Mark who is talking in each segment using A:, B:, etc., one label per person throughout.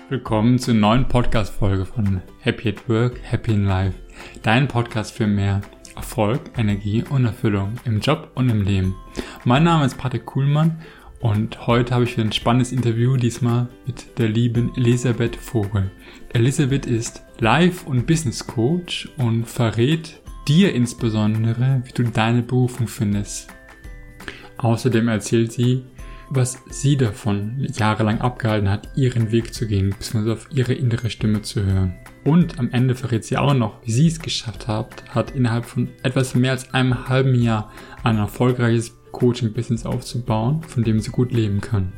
A: Willkommen zur neuen Podcast-Folge von Happy at Work, Happy in Life. Dein Podcast für mehr Erfolg, Energie und Erfüllung im Job und im Leben. Mein Name ist Patrick Kuhlmann und heute habe ich wieder ein spannendes Interview, diesmal mit der lieben Elisabeth Vogel. Elisabeth ist Life- und Business Coach und verrät dir insbesondere, wie du deine Berufung findest. Außerdem erzählt sie, was sie davon jahrelang abgehalten hat, ihren Weg zu gehen, bzw. auf ihre innere Stimme zu hören. Und am Ende verrät sie auch noch, wie sie es geschafft hat innerhalb von etwas mehr als einem halben Jahr ein erfolgreiches Coaching-Business aufzubauen, von dem sie gut leben kann.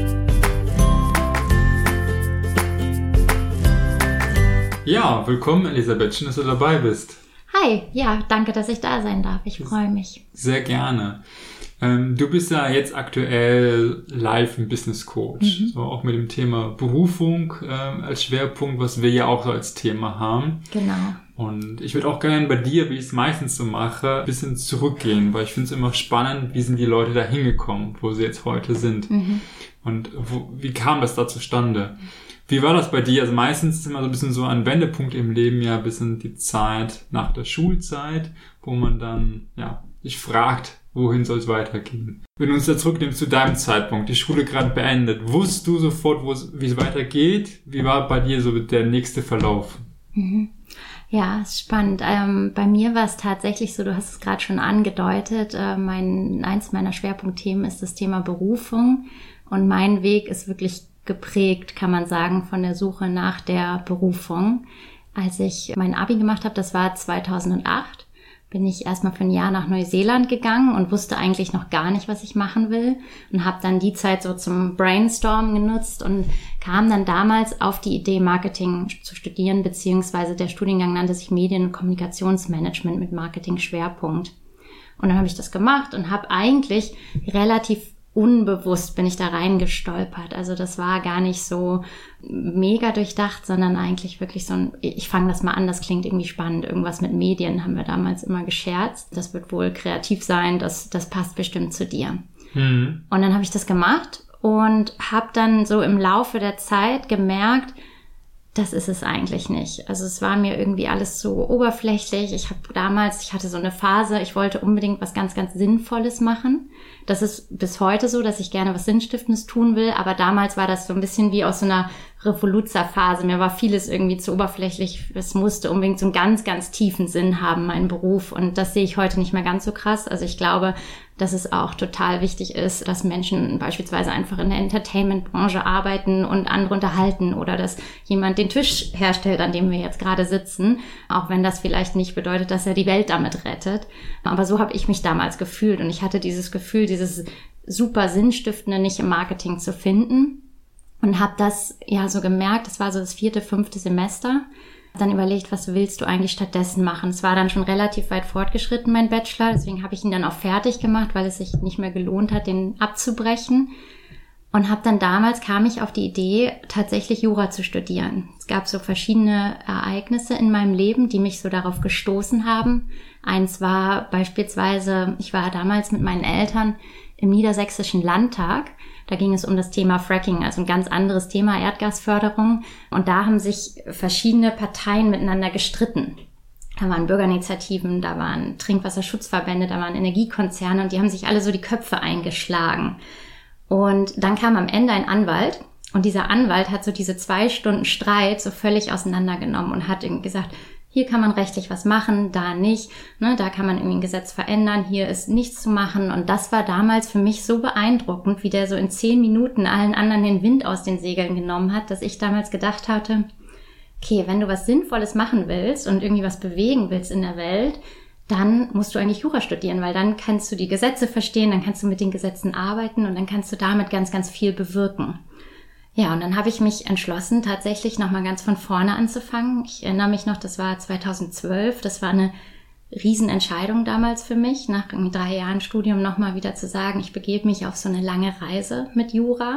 A: Ja, willkommen Elisabeth, schön, dass du dabei bist.
B: Hi, ja, danke, dass ich da sein darf. Ich freue mich.
A: Sehr gerne. Du bist ja jetzt aktuell Life- und Business Coach, so auch mit dem Thema Berufung als Schwerpunkt, was wir ja auch so als Thema haben.
B: Genau.
A: Und ich würde auch gerne bei dir, wie ich es meistens so mache, ein bisschen zurückgehen, weil ich finde es immer spannend, wie sind die Leute da hingekommen, wo sie jetzt heute sind. Und wie kam das da zustande? Wie war das bei dir? Also meistens ist immer so ein bisschen so ein Wendepunkt im Leben, ja, ein bisschen die Zeit nach der Schulzeit, wo man dann, ja, sich fragt, wohin soll es weitergehen? Wenn du uns da zurücknimmst zu deinem Zeitpunkt, die Schule gerade beendet, wusstest du sofort, wie es weitergeht? Wie war bei dir so der nächste Verlauf?
B: Ja, ist spannend. Bei mir war es tatsächlich so, du hast es gerade schon angedeutet, eins meiner Schwerpunktthemen ist das Thema Berufung und mein Weg ist wirklich geprägt, kann man sagen, von der Suche nach der Berufung. Als ich mein Abi gemacht habe, das war 2008, bin ich erstmal für ein Jahr nach Neuseeland gegangen und wusste eigentlich noch gar nicht, was ich machen will und habe dann die Zeit so zum Brainstormen genutzt und kam dann damals auf die Idee, Marketing zu studieren, beziehungsweise der Studiengang nannte sich Medien- und Kommunikationsmanagement mit Marketing-Schwerpunkt. Und dann habe ich das gemacht und habe eigentlich relativ unbewusst bin ich da reingestolpert. Also das war gar nicht so mega durchdacht, sondern eigentlich wirklich so ich fange das mal an, das klingt irgendwie spannend. Irgendwas mit Medien haben wir damals immer gescherzt. Das wird wohl kreativ sein, das passt bestimmt zu dir. Und dann habe ich das gemacht und habe dann so im Laufe der Zeit gemerkt, das ist es eigentlich nicht. Also es war mir irgendwie alles so oberflächlich. Ich hatte so eine Phase, ich wollte unbedingt was ganz, ganz Sinnvolles machen. Das ist bis heute so, dass ich gerne was Sinnstiftendes tun will, aber damals war das so ein bisschen wie aus so einer Revoluzzer-Phase. Mir war vieles irgendwie zu oberflächlich. Es musste unbedingt so einen ganz, ganz tiefen Sinn haben, mein Beruf. Und das sehe ich heute nicht mehr ganz so krass. Also ich glaube, dass es auch total wichtig ist, dass Menschen beispielsweise einfach in der Entertainment-Branche arbeiten und andere unterhalten oder dass jemand den Tisch herstellt, an dem wir jetzt gerade sitzen, auch wenn das vielleicht nicht bedeutet, dass er die Welt damit rettet. Aber so habe ich mich damals gefühlt und ich hatte dieses Gefühl, dieses super Sinnstiftende nicht im Marketing zu finden und habe das ja so gemerkt, das war so das 4., 5. Semester, dann überlegt, was willst du eigentlich stattdessen machen? Es war dann schon relativ weit fortgeschritten, mein Bachelor, deswegen habe ich ihn dann auch fertig gemacht, weil es sich nicht mehr gelohnt hat, den abzubrechen. Und kam ich auf die Idee, tatsächlich Jura zu studieren. Es gab so verschiedene Ereignisse in meinem Leben, die mich so darauf gestoßen haben. Eins war beispielsweise, ich war damals mit meinen Eltern im Niedersächsischen Landtag. Da ging es um das Thema Fracking, also ein ganz anderes Thema, Erdgasförderung. Und da haben sich verschiedene Parteien miteinander gestritten. Da waren Bürgerinitiativen, da waren Trinkwasserschutzverbände, da waren Energiekonzerne und die haben sich alle so die Köpfe eingeschlagen. Und dann kam am Ende ein Anwalt und dieser Anwalt hat so diese 2 Stunden Streit so völlig auseinandergenommen und hat irgendwie gesagt, hier kann man rechtlich was machen, da nicht, ne, da kann man irgendwie ein Gesetz verändern, hier ist nichts zu machen. Und das war damals für mich so beeindruckend, wie der so in 10 Minuten allen anderen den Wind aus den Segeln genommen hat, dass ich damals gedacht hatte, okay, wenn du was Sinnvolles machen willst und irgendwie was bewegen willst in der Welt, dann musst du eigentlich Jura studieren, weil dann kannst du die Gesetze verstehen, dann kannst du mit den Gesetzen arbeiten und dann kannst du damit ganz, ganz viel bewirken. Ja, und dann habe ich mich entschlossen, tatsächlich nochmal ganz von vorne anzufangen. Ich erinnere mich noch, das war 2012, das war eine Riesenentscheidung damals für mich, nach irgendwie 3 Jahren Studium nochmal wieder zu sagen, ich begebe mich auf so eine lange Reise mit Jura.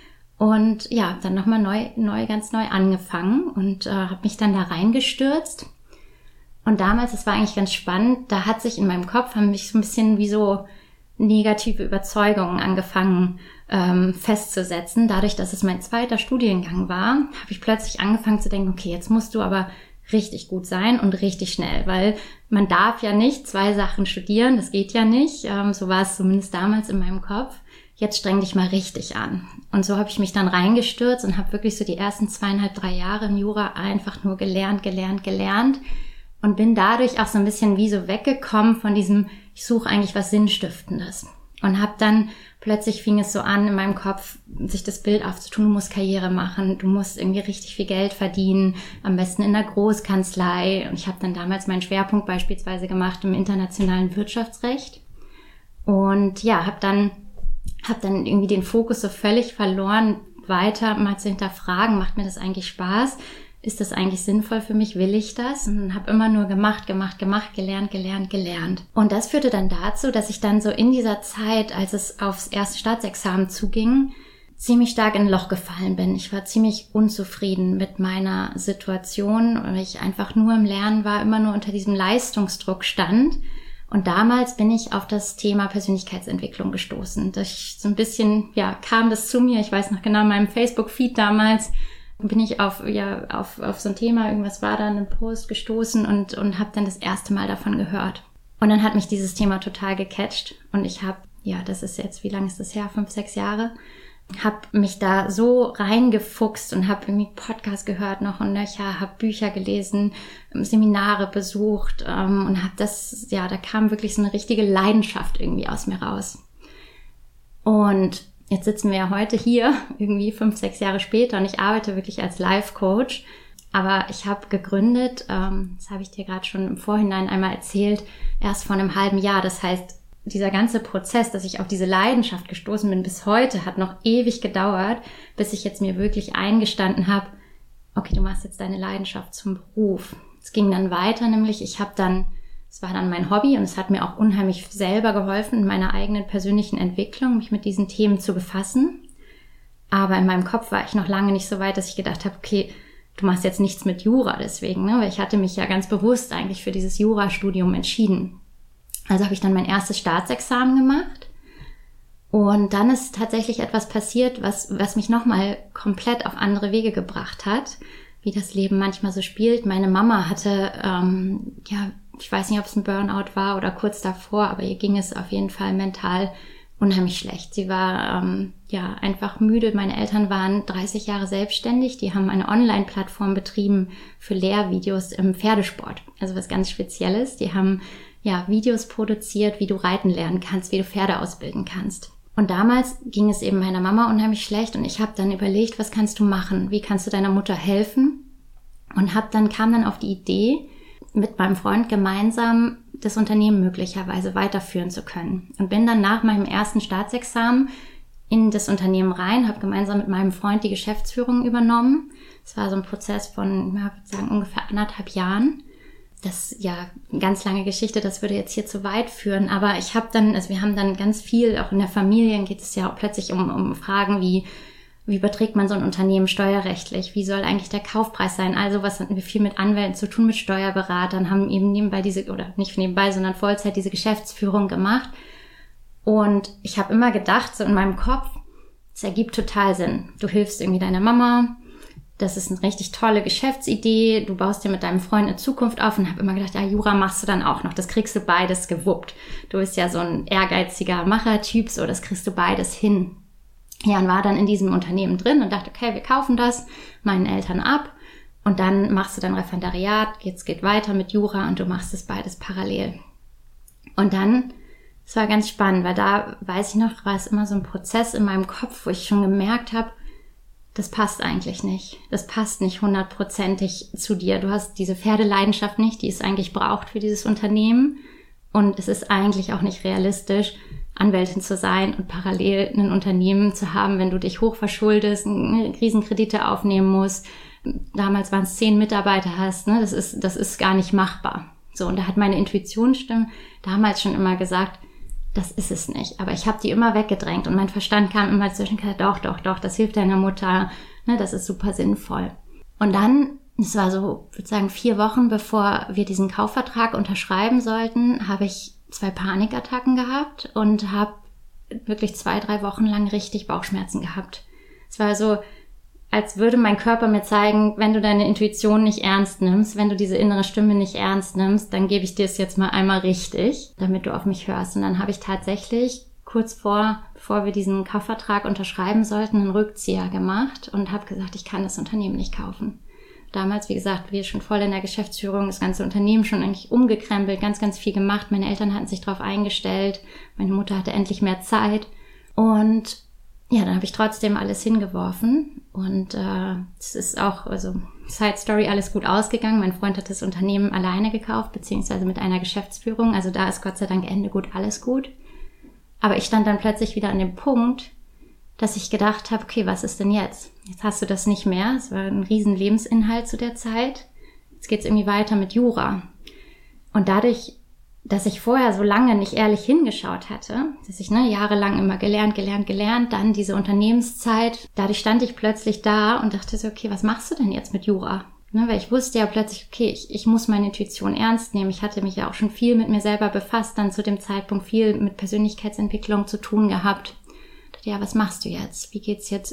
B: Und ja, dann nochmal ganz neu angefangen und habe mich dann da reingestürzt. Und damals, das war eigentlich ganz spannend, da hat sich in meinem Kopf, haben mich so ein bisschen wie so negative Überzeugungen angefangen festzusetzen. Dadurch, dass es mein zweiter Studiengang war, habe ich plötzlich angefangen zu denken, okay, jetzt musst du aber richtig gut sein und richtig schnell, weil man darf ja nicht 2 Sachen studieren, das geht ja nicht. So war es zumindest damals in meinem Kopf. Jetzt streng dich mal richtig an. Und so habe ich mich dann reingestürzt und habe wirklich so die ersten 2,5, 3 Jahre im Jura einfach nur gelernt und bin dadurch auch so ein bisschen wie so weggekommen von diesem, ich suche eigentlich was Sinnstiftendes. Und habe dann, plötzlich fing es so an in meinem Kopf, sich das Bild aufzutun, du musst Karriere machen, du musst irgendwie richtig viel Geld verdienen, am besten in der Großkanzlei. Und ich habe dann damals meinen Schwerpunkt beispielsweise gemacht im internationalen Wirtschaftsrecht. Und ja, habe dann irgendwie den Fokus so völlig verloren, weiter mal zu hinterfragen, macht mir das eigentlich Spaß? Ist das eigentlich sinnvoll für mich? Will ich das? Und habe immer nur gemacht, gelernt. Und das führte dann dazu, dass ich dann so in dieser Zeit, als es aufs erste Staatsexamen zuging, ziemlich stark in ein Loch gefallen bin. Ich war ziemlich unzufrieden mit meiner Situation, weil ich einfach nur im Lernen war, immer nur unter diesem Leistungsdruck stand. Und damals bin ich auf das Thema Persönlichkeitsentwicklung gestoßen. So ein bisschen, kam das zu mir. Ich weiß noch genau, in meinem Facebook-Feed damals bin ich auf so ein Thema, irgendwas war da, einen Post gestoßen und habe dann das erste Mal davon gehört. Und dann hat mich dieses Thema total gecatcht und ich habe, das ist jetzt, wie lange ist das her? 5, 6 Jahre. Habe mich da so reingefuchst und habe irgendwie Podcasts gehört noch und nöcher, habe Bücher gelesen, Seminare besucht und habe da kam wirklich so eine richtige Leidenschaft irgendwie aus mir raus. Und jetzt sitzen wir ja heute hier, irgendwie 5, 6 Jahre später und ich arbeite wirklich als Life-Coach. Aber ich habe gegründet, das habe ich dir gerade schon im Vorhinein einmal erzählt, erst vor einem halben Jahr. Das heißt, dieser ganze Prozess, dass ich auf diese Leidenschaft gestoßen bin bis heute, hat noch ewig gedauert, bis ich jetzt mir wirklich eingestanden habe, okay, du machst jetzt deine Leidenschaft zum Beruf. Es ging dann weiter, nämlich es war dann mein Hobby und es hat mir auch unheimlich selber geholfen, in meiner eigenen persönlichen Entwicklung, mich mit diesen Themen zu befassen. Aber in meinem Kopf war ich noch lange nicht so weit, dass ich gedacht habe, okay, du machst jetzt nichts mit Jura deswegen, ne? Weil ich hatte mich ja ganz bewusst eigentlich für dieses Jurastudium entschieden. Also habe ich dann mein erstes Staatsexamen gemacht und dann ist tatsächlich etwas passiert, was mich nochmal komplett auf andere Wege gebracht hat, wie das Leben manchmal so spielt. Meine Mama hatte, ich weiß nicht, ob es ein Burnout war oder kurz davor, aber ihr ging es auf jeden Fall mental unheimlich schlecht. Sie war einfach müde. Meine Eltern waren 30 Jahre selbstständig. Die haben eine Online-Plattform betrieben für Lehrvideos im Pferdesport. Also was ganz Spezielles. Die haben Videos produziert, wie du reiten lernen kannst, wie du Pferde ausbilden kannst. Und damals ging es eben meiner Mama unheimlich schlecht und ich habe dann überlegt, was kannst du machen? Wie kannst du deiner Mutter helfen? Und kam dann auf die Idee, mit meinem Freund gemeinsam das Unternehmen möglicherweise weiterführen zu können. Und bin dann nach meinem ersten Staatsexamen in das Unternehmen rein, habe gemeinsam mit meinem Freund die Geschäftsführung übernommen. Es war so ein Prozess von, ich würde sagen, ungefähr 1,5 Jahren. Das eine ganz lange Geschichte, das würde jetzt hier zu weit führen, aber wir haben dann ganz viel, auch in der Familie geht es ja auch plötzlich um Fragen wie überträgt man so ein Unternehmen steuerrechtlich, wie soll eigentlich der Kaufpreis sein, also was hatten wir viel mit Anwälten zu tun, mit Steuerberatern, haben eben nebenbei nicht nebenbei, sondern Vollzeit diese Geschäftsführung gemacht und ich habe immer gedacht, so in meinem Kopf, es ergibt total Sinn, du hilfst irgendwie deiner Mama, das ist eine richtig tolle Geschäftsidee, du baust dir mit deinem Freund eine Zukunft auf und habe immer gedacht, Jura machst du dann auch noch, das kriegst du beides gewuppt. Du bist ja so ein ehrgeiziger Machertyp, so das kriegst du beides hin. Ja, und war dann in diesem Unternehmen drin und dachte, okay, wir kaufen das meinen Eltern ab und dann machst du dein Referendariat, es geht weiter mit Jura und du machst das beides parallel. Und dann, es war ganz spannend, weil da, weiß ich noch, war es immer so ein Prozess in meinem Kopf, wo ich schon gemerkt habe, das passt eigentlich nicht. Das passt nicht 100%ig zu dir. Du hast diese Pferdeleidenschaft nicht, die es eigentlich braucht für dieses Unternehmen. Und es ist eigentlich auch nicht realistisch, Anwältin zu sein und parallel ein Unternehmen zu haben, wenn du dich hochverschuldest, Riesenkredite aufnehmen musst. Damals waren es 10 Mitarbeiter hast, ne? Das ist gar nicht machbar. So, und da hat meine Intuitionsstimme damals schon immer gesagt, das ist es nicht. Aber ich habe die immer weggedrängt und mein Verstand kam immer zwischen, doch, das hilft deiner Mutter, ne, das ist super sinnvoll. Und dann, es war so, ich würde sagen, 4 Wochen, bevor wir diesen Kaufvertrag unterschreiben sollten, habe ich 2 Panikattacken gehabt und habe wirklich 2-3 Wochen lang richtig Bauchschmerzen gehabt. Es war so, als würde mein Körper mir zeigen, wenn du deine Intuition nicht ernst nimmst, wenn du diese innere Stimme nicht ernst nimmst, dann gebe ich dir es jetzt mal einmal richtig, damit du auf mich hörst. Und dann habe ich tatsächlich kurz bevor wir diesen Kaufvertrag unterschreiben sollten, einen Rückzieher gemacht und habe gesagt, ich kann das Unternehmen nicht kaufen. Damals, wie gesagt, wir schon voll in der Geschäftsführung, das ganze Unternehmen schon eigentlich umgekrempelt, ganz, ganz viel gemacht. Meine Eltern hatten sich darauf eingestellt, meine Mutter hatte endlich mehr Zeit und ja, dann habe ich trotzdem alles hingeworfen und es ist auch, also Side Story, alles gut ausgegangen. Mein Freund hat das Unternehmen alleine gekauft, beziehungsweise mit einer Geschäftsführung. Also da ist Gott sei Dank Ende gut, alles gut. Aber ich stand dann plötzlich wieder an dem Punkt, dass ich gedacht habe, okay, was ist denn jetzt? Jetzt hast du das nicht mehr. Es war ein riesen Lebensinhalt zu der Zeit. Jetzt geht's irgendwie weiter mit Jura. Und dadurch, dass ich vorher so lange nicht ehrlich hingeschaut hatte, dass ich jahrelang immer gelernt, dann diese Unternehmenszeit, dadurch stand ich plötzlich da und dachte so, okay, was machst du denn jetzt mit Jura? Weil ich wusste ja plötzlich, okay, ich muss meine Intuition ernst nehmen. Ich hatte mich ja auch schon viel mit mir selber befasst, dann zu dem Zeitpunkt viel mit Persönlichkeitsentwicklung zu tun gehabt. Ich dachte, ja, was machst du jetzt? Wie geht's jetzt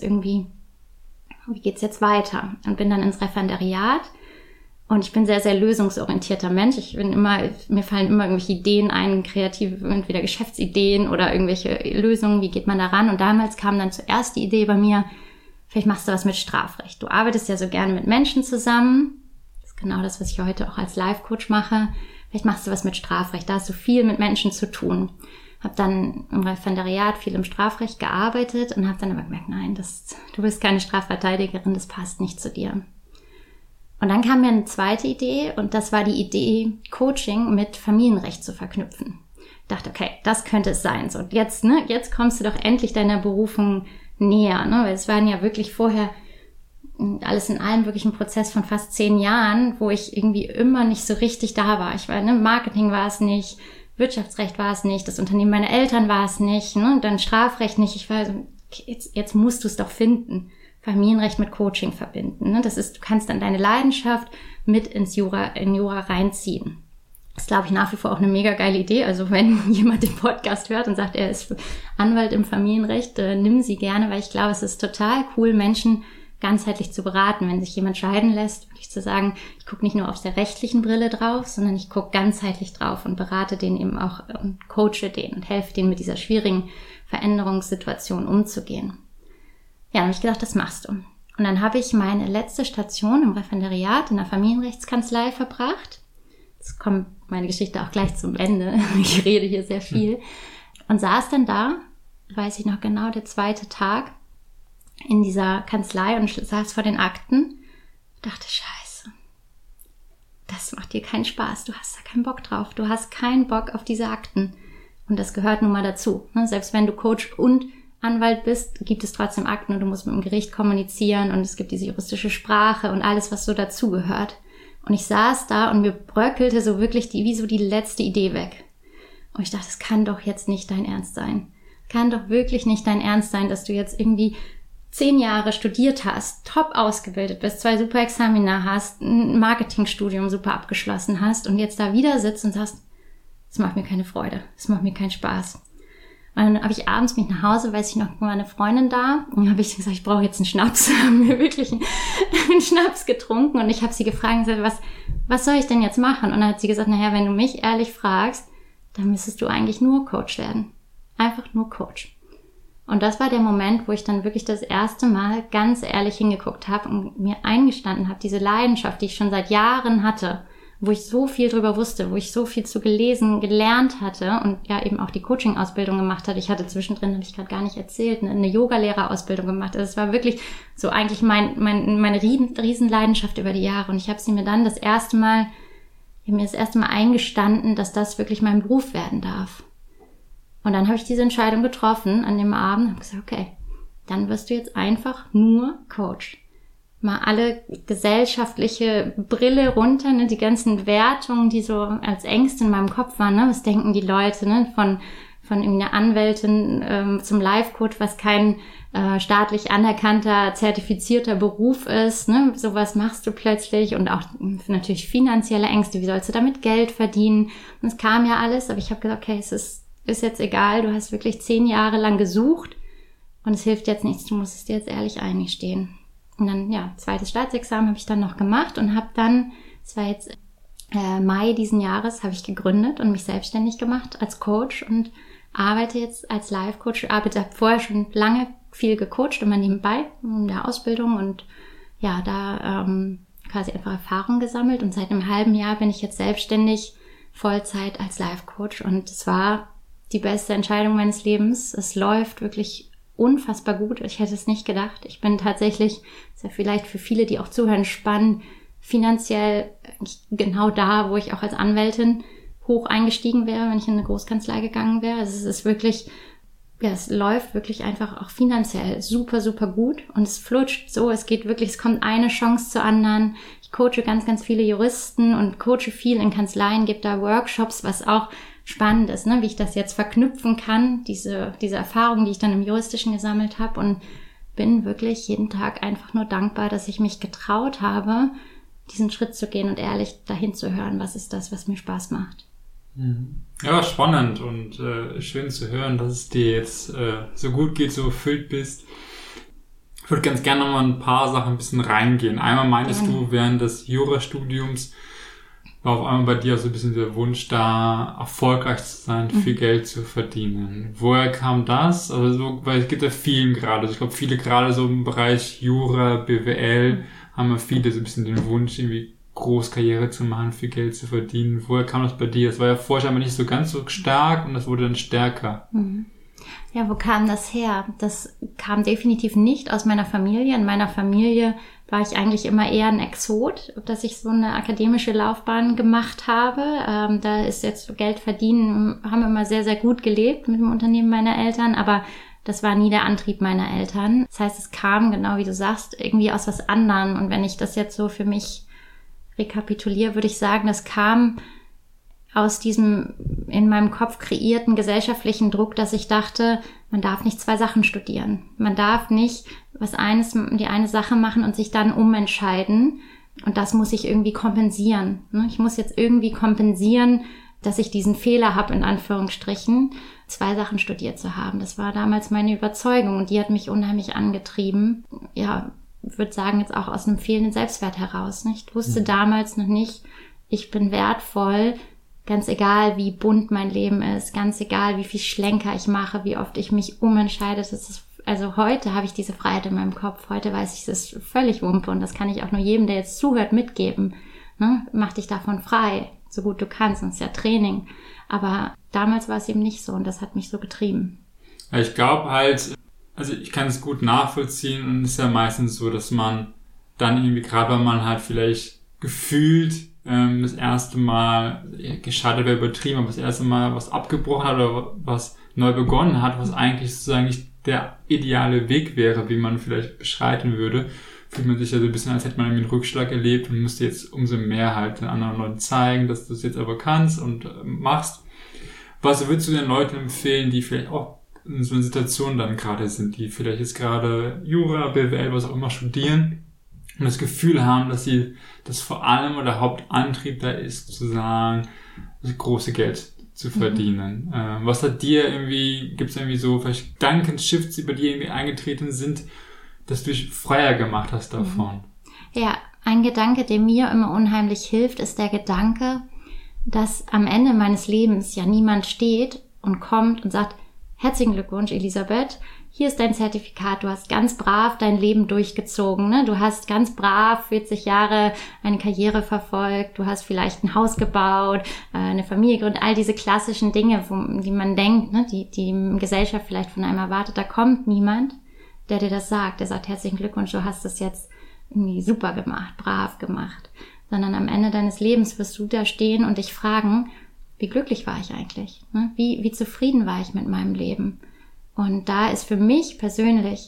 B: weiter? Und bin dann ins Referendariat. Und ich bin sehr, sehr lösungsorientierter Mensch. Mir fallen immer irgendwelche Ideen ein, kreative, entweder Geschäftsideen oder irgendwelche Lösungen. Wie geht man da ran? Und damals kam dann zuerst die Idee bei mir, vielleicht machst du was mit Strafrecht. Du arbeitest ja so gerne mit Menschen zusammen. Das ist genau das, was ich heute auch als Life-Coach mache. Vielleicht machst du was mit Strafrecht. Da hast du viel mit Menschen zu tun. Habe dann im Referendariat viel im Strafrecht gearbeitet und habe dann aber gemerkt, nein, du bist keine Strafverteidigerin, das passt nicht zu dir. Und dann kam mir eine zweite Idee und das war die Idee, Coaching mit Familienrecht zu verknüpfen. Ich dachte, okay, das könnte es sein. So, jetzt kommst du doch endlich deiner Berufung näher, weil es waren ja wirklich vorher alles in allem wirklich ein Prozess von fast 10 Jahren, wo ich irgendwie immer nicht so richtig da war. Marketing war es nicht, Wirtschaftsrecht war es nicht, das Unternehmen meiner Eltern war es nicht, und dann Strafrecht nicht. Ich war so, okay, jetzt musst du es doch finden. Familienrecht mit Coaching verbinden. Das ist, du kannst dann deine Leidenschaft mit in Jura reinziehen. Das ist, glaube ich, nach wie vor auch eine mega geile Idee. Also wenn jemand den Podcast hört und sagt, er ist Anwalt im Familienrecht, nimm sie gerne, weil ich glaube, es ist total cool, Menschen ganzheitlich zu beraten. Wenn sich jemand scheiden lässt, wirklich zu sagen, ich gucke nicht nur aus der rechtlichen Brille drauf, sondern ich gucke ganzheitlich drauf und berate den eben auch und coache den und helfe denen mit dieser schwierigen Veränderungssituation umzugehen. Ja, dann habe ich gedacht, das machst du. Und dann habe ich meine letzte Station im Referendariat in der Familienrechtskanzlei verbracht. Jetzt kommt meine Geschichte auch gleich zum Ende. Ich rede hier sehr viel. Und saß dann da, weiß ich noch genau, der 2. Tag in dieser Kanzlei und saß vor den Akten. Ich dachte, scheiße, das macht dir keinen Spaß. Du hast da keinen Bock drauf. Du hast keinen Bock auf diese Akten. Und das gehört nun mal dazu. Selbst wenn du Coach und Anwalt bist, gibt es trotzdem Akten und du musst mit dem Gericht kommunizieren und es gibt diese juristische Sprache und alles, was so dazugehört. Und ich saß da und mir bröckelte so wirklich die letzte Idee weg. Und ich dachte, das kann doch jetzt nicht dein Ernst sein. Kann doch wirklich nicht dein Ernst sein, dass du jetzt irgendwie 10 Jahre studiert hast, top ausgebildet bist, 2 super Examina hast, ein Marketingstudium super abgeschlossen hast und jetzt da wieder sitzt und sagst, das macht mir keine Freude, das macht mir keinen Spaß. Und dann habe ich abends mich nach Hause, weiß ich noch, war eine Freundin da. Und dann habe ich gesagt, ich brauche jetzt einen Schnaps. Haben wir wirklich einen Schnaps getrunken. Und ich habe sie gefragt, was soll ich denn jetzt machen? Und dann hat sie gesagt, wenn du mich ehrlich fragst, dann müsstest du eigentlich nur Coach werden. Einfach nur Coach. Und das war der Moment, wo ich dann wirklich das erste Mal ganz ehrlich hingeguckt habe und mir eingestanden habe, diese Leidenschaft, die ich schon seit Jahren hatte, wo ich so viel drüber wusste, wo ich so viel zu gelernt hatte und ja eben auch die Coaching-Ausbildung gemacht hatte. Ich hatte zwischendrin, habe ich gerade gar nicht erzählt, eine Yoga-Lehrerausbildung gemacht. Also es war wirklich so eigentlich meine Riesenleidenschaft über die Jahre. Und ich habe mir das erste Mal eingestanden, dass das wirklich mein Beruf werden darf. Und dann habe ich diese Entscheidung getroffen an dem Abend und habe gesagt, okay, dann wirst du jetzt einfach nur Coach. Mal alle gesellschaftliche Brille runter, die ganzen Wertungen, die so als Ängste in meinem Kopf waren, was denken die Leute, von von irgendeiner Anwältin zum Life-Coach, was kein staatlich anerkannter, zertifizierter Beruf ist. Ne? Sowas machst du plötzlich und auch natürlich finanzielle Ängste. Wie sollst du damit Geld verdienen? Und es kam ja alles, aber ich habe gesagt, okay, es ist jetzt egal. Du hast wirklich 10 Jahre lang gesucht und es hilft jetzt nichts. Du musst es dir jetzt ehrlich eingestehen. Und dann, ja, 2. Staatsexamen habe ich dann noch gemacht und habe dann, es war jetzt Mai diesen Jahres, habe ich gegründet und mich selbstständig gemacht als Coach und arbeite jetzt als Life-Coach. Arbeite vorher schon lange viel gecoacht, immer nebenbei in der Ausbildung und ja, da quasi einfach Erfahrung gesammelt und seit einem halben Jahr bin ich jetzt selbstständig Vollzeit als Life-Coach und es war die beste Entscheidung meines Lebens. Es läuft wirklich unfassbar gut. Ich hätte es nicht gedacht. Ich bin tatsächlich, ist ja vielleicht für viele, die auch zuhören, spannend, finanziell genau da, wo ich auch als Anwältin hoch eingestiegen wäre, wenn ich in eine Großkanzlei gegangen wäre. Also es ist wirklich, ja, es läuft wirklich einfach auch finanziell super, super gut und es flutscht so, es geht wirklich, es kommt eine Chance zur anderen. Ich coache ganz, ganz viele Juristen und coache viel in Kanzleien, gebe da Workshops, was auch spannend ist, ne, wie ich das jetzt verknüpfen kann, diese Erfahrungen, die ich dann im Juristischen gesammelt habe und bin wirklich jeden Tag einfach nur dankbar, dass ich mich getraut habe, diesen Schritt zu gehen und ehrlich dahin zu hören, was ist das, was mir Spaß macht.
A: Ja, spannend und schön zu hören, dass es dir jetzt so gut geht, so erfüllt bist. Ich würde ganz gerne noch mal ein paar Sachen ein bisschen reingehen. Einmal meintest du, während des Jurastudiums war auf einmal bei dir so ein bisschen der Wunsch da, erfolgreich zu sein, viel Geld zu verdienen. Woher kam das? Also so, weil es gibt ja vielen gerade. Also ich glaube, viele gerade so im Bereich Jura, BWL, haben ja viele so ein bisschen den Wunsch, irgendwie Großkarriere zu machen, viel Geld zu verdienen. Woher kam das bei dir? Das war ja vorher aber nicht so ganz so stark und das wurde dann stärker.
B: Ja, wo kam das her? Das kam definitiv nicht aus meiner Familie. In meiner Familie war ich eigentlich immer eher ein Exot, dass ich so eine akademische Laufbahn gemacht habe. Da ist jetzt so Geld verdienen, haben wir immer sehr, sehr gut gelebt mit dem Unternehmen meiner Eltern, aber das war nie der Antrieb meiner Eltern. Das heißt, es kam, genau wie du sagst, irgendwie aus was anderem. Und wenn ich das jetzt so für mich rekapituliere, würde ich sagen, das kam aus diesem in meinem Kopf kreierten gesellschaftlichen Druck, dass ich dachte, man darf nicht 2 Sachen studieren. Man darf nicht die eine Sache machen und sich dann umentscheiden. Und das muss ich irgendwie kompensieren. Ich muss jetzt irgendwie kompensieren, dass ich diesen Fehler habe, in Anführungsstrichen, 2 Sachen studiert zu haben. Das war damals meine Überzeugung und die hat mich unheimlich angetrieben. Ja, ich würde sagen, jetzt auch aus einem fehlenden Selbstwert heraus. Ich wusste damals noch nicht, ich bin wertvoll, ganz egal, wie bunt mein Leben ist, ganz egal, wie viel Schlenker ich mache, wie oft ich mich umentscheide. Also heute habe ich diese Freiheit in meinem Kopf. Heute weiß ich, das ist völlig Wumpe und das kann ich auch nur jedem, der jetzt zuhört, mitgeben. Mach dich davon frei, so gut du kannst, das ist ja Training. Aber damals war es eben nicht so und das hat mich so getrieben.
A: Ja, ich glaube halt, also ich kann es gut nachvollziehen und es ist ja meistens so, dass man dann irgendwie, gerade wenn man halt vielleicht gefühlt das erste Mal, gescheitert wäre übertrieben, aber das erste Mal was abgebrochen hat oder was neu begonnen hat, was eigentlich sozusagen nicht der ideale Weg wäre, wie man vielleicht beschreiten würde, fühlt man sich ja so ein bisschen, als hätte man einen Rückschlag erlebt und müsste jetzt umso mehr halt den anderen Leuten zeigen, dass du es jetzt aber kannst und machst. Was würdest du den Leuten empfehlen, die vielleicht auch in so einer Situation dann gerade sind, die vielleicht jetzt gerade Jura, BWL, was auch immer studieren und das Gefühl haben, dass sie das vor allem oder Hauptantrieb da ist, zu sagen, das große Geld zu verdienen. Was hat dir irgendwie, gibt es irgendwie so vielleicht Gedankenshifts, die bei dir irgendwie eingetreten sind, dass du dich freier gemacht hast davon?
B: Ja, ein Gedanke, der mir immer unheimlich hilft, ist der Gedanke, dass am Ende meines Lebens ja niemand steht und kommt und sagt, herzlichen Glückwunsch, Elisabeth, hier ist dein Zertifikat, du hast ganz brav dein Leben durchgezogen, ne? Du hast ganz brav 40 Jahre eine Karriere verfolgt, du hast vielleicht ein Haus gebaut, eine Familie gegründet, all diese klassischen Dinge, die man denkt, ne? Die Gesellschaft vielleicht von einem erwartet, da kommt niemand, der dir das sagt, der sagt, herzlichen Glückwunsch, du hast es jetzt irgendwie super gemacht, brav gemacht, sondern am Ende deines Lebens wirst du da stehen und dich fragen, wie glücklich war ich eigentlich? Ne? Wie zufrieden war ich mit meinem Leben? Und da ist für mich persönlich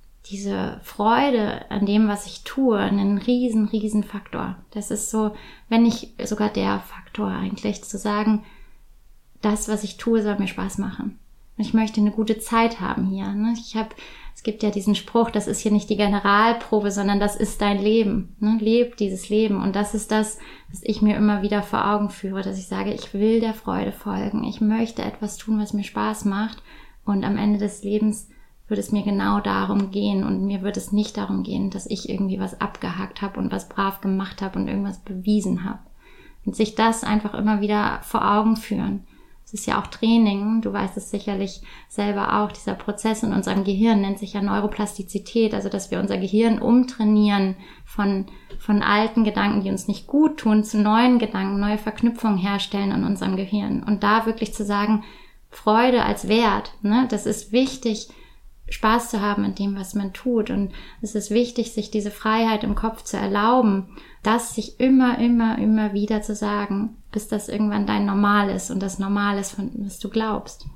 B: diese Freude an dem, was ich tue, ein riesen Faktor. Das ist so, wenn nicht sogar der Faktor eigentlich, zu sagen, das, was ich tue, soll mir Spaß machen. und ich möchte eine gute Zeit haben hier. Ne? Es gibt ja diesen Spruch, das ist hier nicht die Generalprobe, sondern das ist dein Leben. Ne? Leb dieses Leben. Und das ist das, was ich mir immer wieder vor Augen führe, dass ich sage, ich will der Freude folgen. Ich möchte etwas tun, was mir Spaß macht. Und am Ende des Lebens wird es mir genau darum gehen. Und mir wird es nicht darum gehen, dass ich irgendwie was abgehakt habe und was brav gemacht habe und irgendwas bewiesen habe. Und sich das einfach immer wieder vor Augen führen. Es ist ja auch Training, du weißt es sicherlich selber auch, dieser Prozess in unserem Gehirn nennt sich ja Neuroplastizität, also dass wir unser Gehirn umtrainieren von alten Gedanken, die uns nicht gut tun, zu neuen Gedanken, neue Verknüpfungen herstellen in unserem Gehirn. Und da wirklich zu sagen, Freude als Wert, ne, das ist wichtig, Spaß zu haben in dem, was man tut. Und es ist wichtig, sich diese Freiheit im Kopf zu erlauben, das sich immer wieder zu sagen, bis das irgendwann dein Normal ist und das Normal ist, von was du glaubst.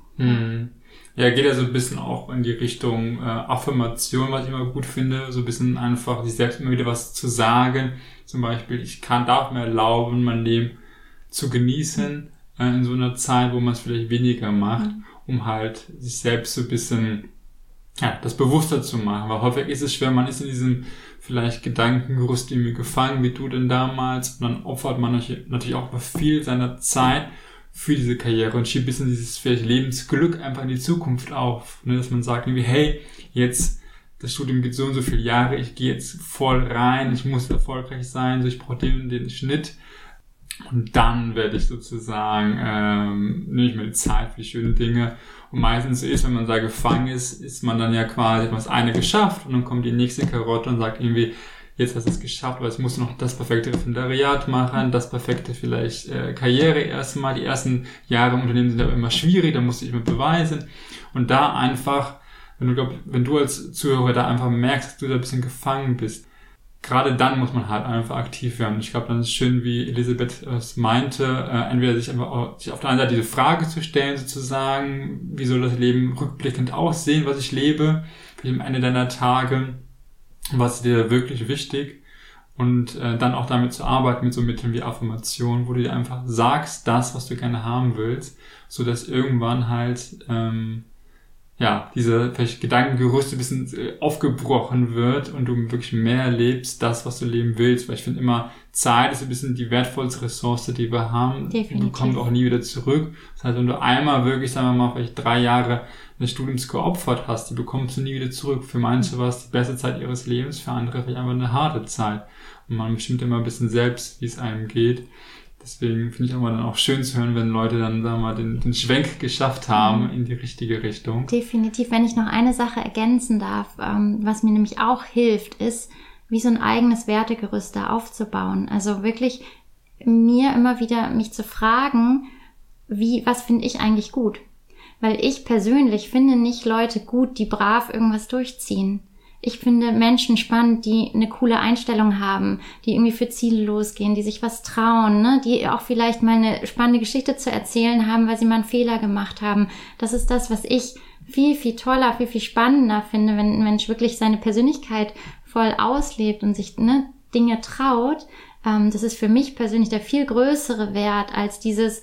A: Ja, geht ja so ein bisschen auch in die Richtung Affirmation, was ich immer gut finde, so ein bisschen einfach sich selbst immer wieder was zu sagen. Zum Beispiel, darf mir erlauben, mein Leben zu genießen in so einer Zeit, wo man es vielleicht weniger macht, um halt sich selbst so ein bisschen das bewusster zu machen, weil häufig ist es schwer, man ist in diesem vielleicht Gedankengerüst irgendwie gefangen, wie du denn damals, und dann opfert man natürlich auch viel seiner Zeit für diese Karriere und schiebt ein bisschen dieses vielleicht Lebensglück einfach in die Zukunft auf, ne? Dass man sagt irgendwie, hey, jetzt, das Studium geht so und so viele Jahre, ich gehe jetzt voll rein, ich muss erfolgreich sein, so ich brauche den Schnitt. Und dann werde ich sozusagen, nehme ich mir die Zeit für die schönen Dinge. Und meistens so ist, wenn man da gefangen ist man dann ja quasi das eine geschafft und dann kommt die nächste Karotte und sagt irgendwie, jetzt hast du es geschafft, aber jetzt musst du noch das perfekte Referendariat machen, das perfekte vielleicht Karriere erstmal. Die ersten Jahre im Unternehmen sind aber immer schwierig, da musst du dich immer beweisen. Und da einfach, wenn du als Zuhörer da einfach merkst, dass du da ein bisschen gefangen bist, gerade dann muss man halt einfach aktiv werden. Ich glaube, dann ist es schön, wie Elisabeth es meinte, entweder sich auf der einen Seite diese Frage zu stellen, sozusagen, wie soll das Leben rückblickend aussehen, was ich lebe, für am Ende deiner Tage, was ist dir wirklich wichtig, und dann auch damit zu arbeiten mit so Mitteln wie Affirmation, wo du dir einfach sagst, das, was du gerne haben willst, so dass irgendwann halt diese vielleicht Gedankengerüste ein bisschen aufgebrochen wird und du wirklich mehr erlebst, das, was du leben willst. Weil ich finde immer, Zeit ist ein bisschen die wertvollste Ressource, die wir haben.
B: Definitiv.
A: Die kommt auch nie wieder zurück. Das heißt, wenn du einmal wirklich, sagen wir mal, vielleicht 3 Jahre des Studiums geopfert hast, die bekommst du nie wieder zurück. Für manche war es die beste Zeit ihres Lebens, für andere vielleicht einfach eine harte Zeit. Und man bestimmt immer ein bisschen selbst, wie es einem geht. Deswegen finde ich immer dann auch schön zu hören, wenn Leute dann, sagen wir mal, den Schwenk geschafft haben in die richtige Richtung.
B: Definitiv. Wenn ich noch eine Sache ergänzen darf, was mir nämlich auch hilft, ist, wie so ein eigenes Wertegerüst da aufzubauen. Also wirklich mir immer wieder mich zu fragen, was finde ich eigentlich gut? Weil ich persönlich finde nicht Leute gut, die brav irgendwas durchziehen. Ich finde Menschen spannend, die eine coole Einstellung haben, die irgendwie für Ziele losgehen, die sich was trauen, ne? Die auch vielleicht mal eine spannende Geschichte zu erzählen haben, weil sie mal einen Fehler gemacht haben. Das ist das, was ich viel, viel toller, viel, viel spannender finde, wenn ein Mensch wirklich seine Persönlichkeit voll auslebt und sich Dinge traut. Das ist für mich persönlich der viel größere Wert als dieses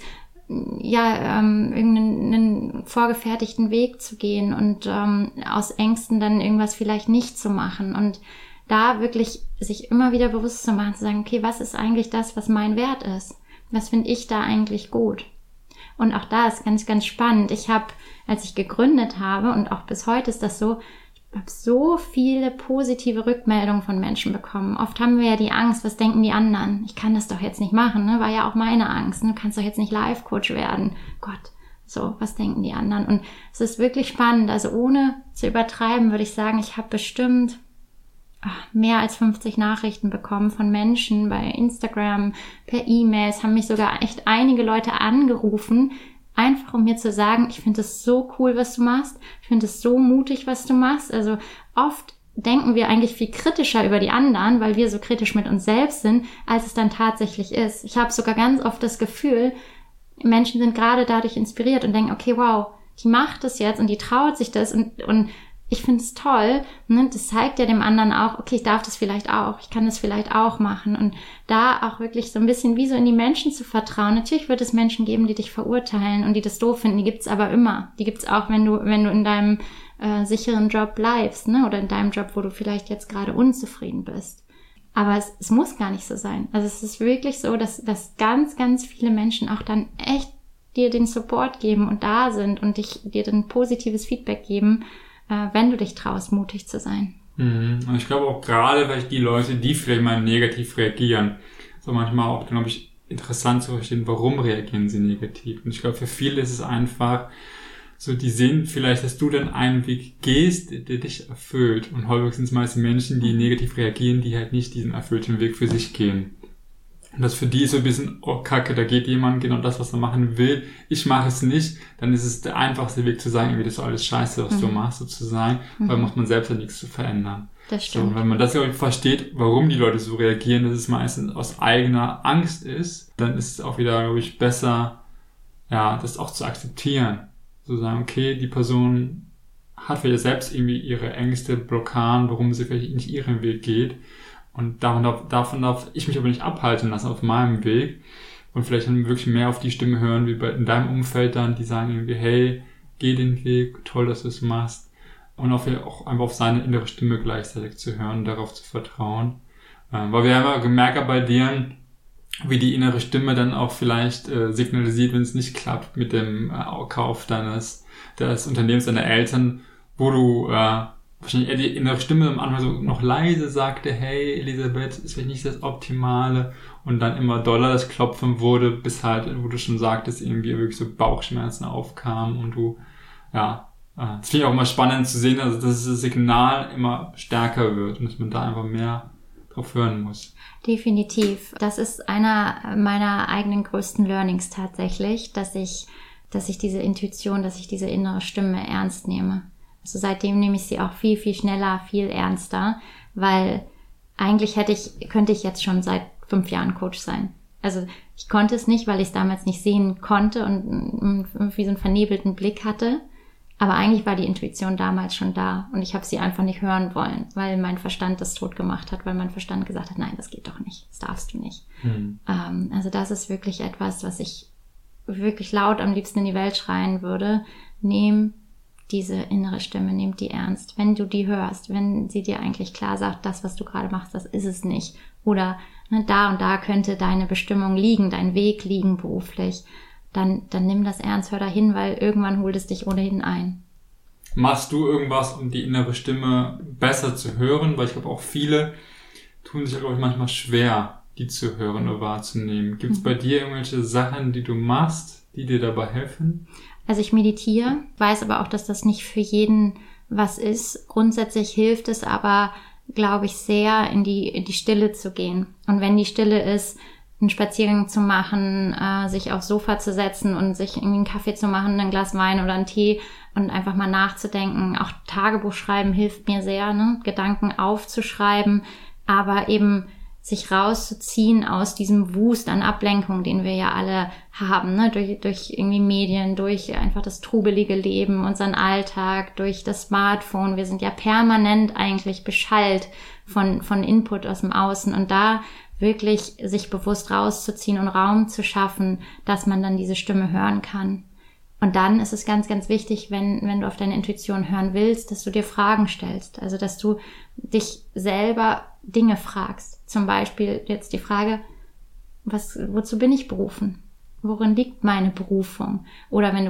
B: irgendeinen vorgefertigten Weg zu gehen und aus Ängsten dann irgendwas vielleicht nicht zu machen, und da wirklich sich immer wieder bewusst zu machen, zu sagen, okay, was ist eigentlich das, was mein Wert ist? Was finde ich da eigentlich gut? Und auch da ist ganz, ganz spannend. Ich habe, als ich gegründet habe, und auch bis heute ist das so, ich habe so viele positive Rückmeldungen von Menschen bekommen. Oft haben wir ja die Angst, was denken die anderen? Ich kann das doch jetzt nicht machen, ne? War ja auch meine Angst. Ne? Du kannst doch jetzt nicht Life-Coach werden. Gott, so, was denken die anderen? Und es ist wirklich spannend. Also ohne zu übertreiben, würde ich sagen, ich habe bestimmt mehr als 50 Nachrichten bekommen von Menschen bei Instagram, per E-Mails, haben mich sogar echt einige Leute angerufen, einfach um mir zu sagen, ich finde es so cool, was du machst. Ich finde es so mutig, was du machst. Also oft denken wir eigentlich viel kritischer über die anderen, weil wir so kritisch mit uns selbst sind, als es dann tatsächlich ist. Ich habe sogar ganz oft das Gefühl, Menschen sind gerade dadurch inspiriert und denken, okay, wow, die macht das jetzt und die traut sich das und ich finde es toll, ne? Das zeigt ja dem anderen auch, okay, ich darf das vielleicht auch, ich kann das vielleicht auch machen und da auch wirklich so ein bisschen wie so in die Menschen zu vertrauen. Natürlich wird es Menschen geben, die dich verurteilen und die das doof finden, die gibt's aber immer. Die gibt's auch, wenn du in deinem sicheren Job bleibst, ne? Oder in deinem Job, wo du vielleicht jetzt gerade unzufrieden bist. Aber es muss gar nicht so sein. Also es ist wirklich so, dass ganz, ganz viele Menschen auch dann echt dir den Support geben und da sind und dir dann positives Feedback geben, wenn du dich traust, mutig zu sein.
A: Und ich glaube auch gerade vielleicht die Leute, die vielleicht mal negativ reagieren, so manchmal auch, glaube ich, interessant zu verstehen, warum reagieren sie negativ. Und ich glaube, für viele ist es einfach so, die sehen vielleicht, dass du dann einen Weg gehst, der dich erfüllt. Und häufig sind es meist Menschen, die negativ reagieren, die halt nicht diesen erfüllten Weg für sich gehen. Und das für die ist so ein bisschen, oh Kacke, da geht jemand genau das, was er machen will. Ich mache es nicht. Dann ist es der einfachste Weg zu sagen, irgendwie, das ist alles scheiße, was du machst, sozusagen. Weil macht man selbst ja nichts zu verändern. Das stimmt. So, wenn man das ja versteht, warum die Leute so reagieren, dass es meistens aus eigener Angst ist, dann ist es auch wieder, glaube ich, besser, ja, das auch zu akzeptieren. So sagen, okay, die Person hat vielleicht selbst irgendwie ihre Ängste, Blockaden, warum sie vielleicht nicht ihren Weg geht. Und davon darf ich mich aber nicht abhalten lassen auf meinem Weg. Und vielleicht dann wirklich mehr auf die Stimme hören, wie in deinem Umfeld dann, die sagen irgendwie, hey, geh den Weg, toll, dass du es machst. Und auch einfach auf seine innere Stimme gleichzeitig zu hören, darauf zu vertrauen. Weil wir haben ja gemerkt bei dir, wie die innere Stimme dann auch vielleicht signalisiert, wenn es nicht klappt mit dem Kauf des Unternehmens deiner Eltern, wo du wahrscheinlich eher die innere Stimme am Anfang so noch leise sagte, hey Elisabeth, ist vielleicht nicht das Optimale, und dann immer doller das Klopfen wurde, bis halt, wo du schon sagtest, irgendwie wirklich so Bauchschmerzen aufkamen und du, ja, das finde ich auch immer spannend zu sehen, also dass das Signal immer stärker wird und dass man da einfach mehr drauf hören muss.
B: Definitiv. Das ist einer meiner eigenen größten Learnings tatsächlich, dass ich diese Intuition, dass ich diese innere Stimme ernst nehme. Also seitdem nehme ich sie auch viel, viel schneller, viel ernster, weil eigentlich könnte ich jetzt schon seit 5 Jahren Coach sein. Also ich konnte es nicht, weil ich es damals nicht sehen konnte und irgendwie so einen vernebelten Blick hatte. Aber eigentlich war die Intuition damals schon da und ich habe sie einfach nicht hören wollen, weil mein Verstand das tot gemacht hat, weil mein Verstand gesagt hat, nein, das geht doch nicht, das darfst du nicht. Also das ist wirklich etwas, was ich wirklich laut am liebsten in die Welt schreien würde. Nehm diese innere Stimme, nimm die ernst. Wenn du die hörst, wenn sie dir eigentlich klar sagt, das, was du gerade machst, das ist es nicht. Oder da und da könnte deine Bestimmung liegen, dein Weg liegen beruflich. Dann nimm das ernst, hör da hin, weil irgendwann holt es dich ohnehin ein.
A: Machst du irgendwas, um die innere Stimme besser zu hören? Weil ich glaube, auch viele tun sich, glaube ich, manchmal schwer, die zu hören oder wahrzunehmen. Gibt es bei dir irgendwelche Sachen, die du machst, die dir dabei helfen?
B: Also ich meditiere, weiß aber auch, dass das nicht für jeden was ist. Grundsätzlich hilft es aber, glaube ich, sehr in die Stille zu gehen. Und wenn die Stille ist, einen Spaziergang zu machen, sich aufs Sofa zu setzen und sich irgendwie einen Kaffee zu machen, ein Glas Wein oder einen Tee und einfach mal nachzudenken. Auch Tagebuch schreiben hilft mir sehr, ne? Gedanken aufzuschreiben, aber eben sich rauszuziehen aus diesem Wust an Ablenkung, den wir ja alle haben, ne? Durch irgendwie Medien, durch einfach das trubelige Leben, unseren Alltag, durch das Smartphone. Wir sind ja permanent eigentlich beschallt von Input aus dem Außen und da wirklich sich bewusst rauszuziehen und Raum zu schaffen, dass man dann diese Stimme hören kann. Und dann ist es ganz, ganz wichtig, wenn du auf deine Intuition hören willst, dass du dir Fragen stellst. Also, dass du dich selber Dinge fragst. Zum Beispiel jetzt die Frage, wozu bin ich berufen? Worin liegt meine Berufung? Oder wenn du